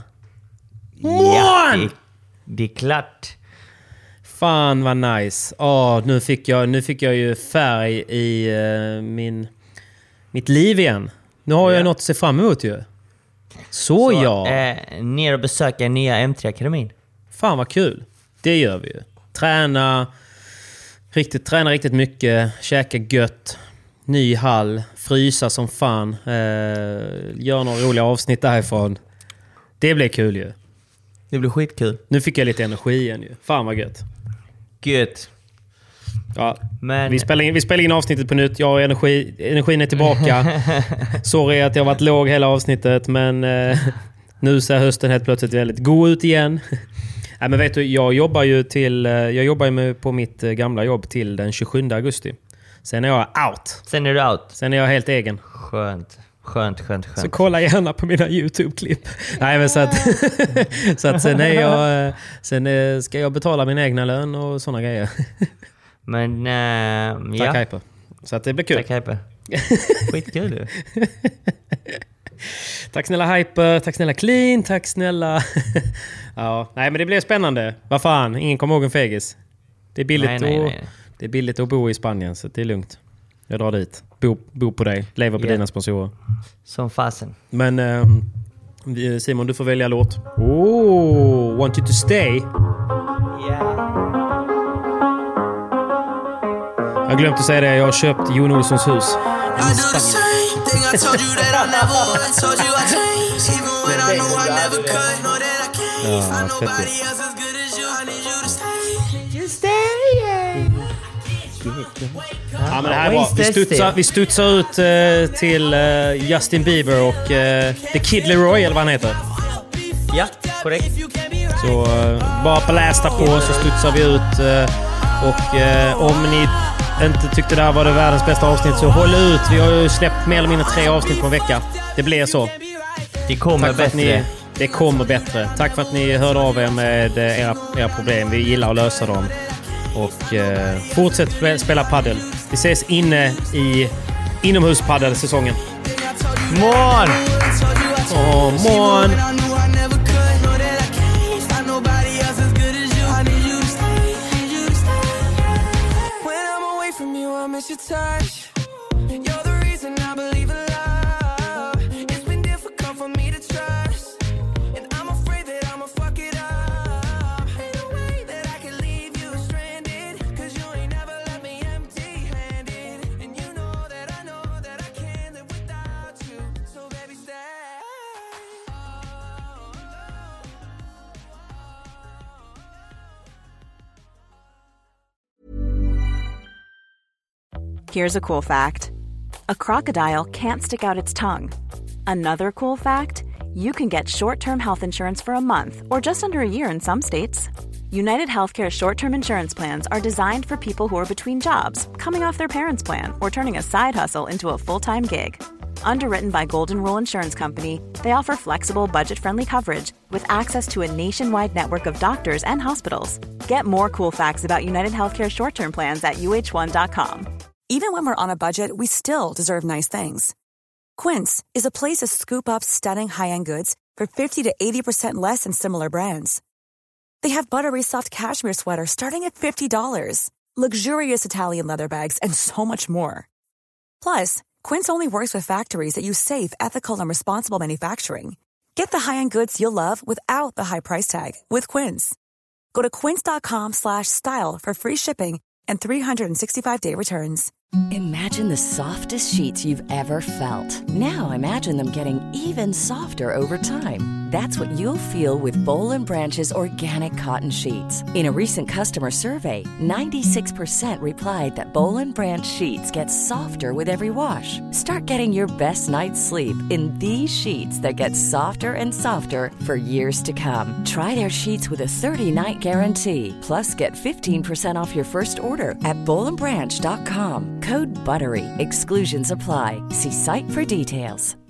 Ja, det, det är klart. Fan vad nice. Åh, nu fick jag nu fick jag ju färg i uh, min mitt liv igen. Nu har jag ja. något att se fram emot ju. Så, Så ja. Eh, ner och besöka nya M tre-akademin. Fan vad kul. Det gör vi ju. Träna riktigt träna riktigt mycket, käka gött, ny hall, frysa som fan, eh, gör några roliga avsnitt därifrån. Det blir kul ju. Det blir skitkul. Nu fick jag lite energi igen ju. Fan vad gött. Gött. Ja, men... vi, spelar in, vi spelar in avsnittet på nytt. Jag har energi, energin är tillbaka. Sorry att jag har varit låg hela avsnittet, men eh, nu ser hösten helt plötsligt väldigt god ut igen. Nej, men vet du, jag jobbar ju till jag jobbar ju med, på mitt gamla jobb till den tjugosjunde augusti. Sen är jag out. Sen är du out. Sen är jag helt egen. Skönt. Skönt, skönt, skönt. Så kolla gärna på mina YouTube-klipp. Nej, men så att, så att sen, är jag, sen ska jag betala min egna lön och såna grejer. Men, äh, Tack ja. Hyper. Så att det blir kul. Tack Hyper. Skitkul du. Tack snälla Hyper, tack snälla Clean, tack snälla... Ja, nej men det blir spännande. Vad fan, ingen kommer ihåg en fegis. Det är billigt, nej, nej, nej. Och, det är billigt att bo i Spanien, så det är lugnt. Jag drar dit. Bo, bo på dig. Lever på yeah. dina sponsorer. Som fasen. Men um, Simon, du får välja låt. Oh, Want You To Stay. Yeah. Jag har glömt att säga det. Jag har köpt Jon Olssons hus. Ja, fett. Ja, men det här var, vi, studsar, vi studsar ut uh, till uh, Justin Bieber och uh, The Kid Leroy, eller vad han heter. Ja, korrekt. Så uh, bara blästa på så studsar vi ut. Uh, och uh, om ni inte tyckte det här var det världens bästa avsnitt, så håll ut. Vi har ju släppt mer eller mindre tre avsnitt på en vecka. Det blir så. Det kommer bättre. Ni, det kommer bättre. Tack för att ni hörde av er med era, era problem. Vi gillar att lösa dem. Och eh, fortsätt spela paddel. Vi ses inne i inomhuspaddelsäsongen. Mån! Åh, mån! Here's a cool fact. A crocodile can't stick out its tongue. Another cool fact, you can get short-term health insurance for a month or just under a year in some states. United Healthcare short-term insurance plans are designed for people who are between jobs, coming off their parents' plan, or turning a side hustle into a full-time gig. Underwritten by Golden Rule Insurance Company, they offer flexible, budget-friendly coverage with access to a nationwide network of doctors and hospitals. Get more cool facts about United Healthcare short-term plans at U H one dot com. Even when we're on a budget, we still deserve nice things. Quince is a place to scoop up stunning high-end goods for fifty to eighty percent less than similar brands. They have buttery soft cashmere sweaters starting at fifty dollars, luxurious Italian leather bags, and so much more. Plus, Quince only works with factories that use safe, ethical, and responsible manufacturing. Get the high-end goods you'll love without the high price tag with Quince. Go to quince.com slash style for free shipping and three sixty-five day returns. Imagine the softest sheets you've ever felt. Now imagine them getting even softer over time. That's what you'll feel with Boll and Branch's organic cotton sheets. In a recent customer survey, ninety-six percent replied that Boll and Branch sheets get softer with every wash. Start getting your best night's sleep in these sheets that get softer and softer for years to come. Try their sheets with a thirty night guarantee. Plus, get fifteen percent off your first order at boll and branch dot com. Code BUTTERY. Exclusions apply. See site for details.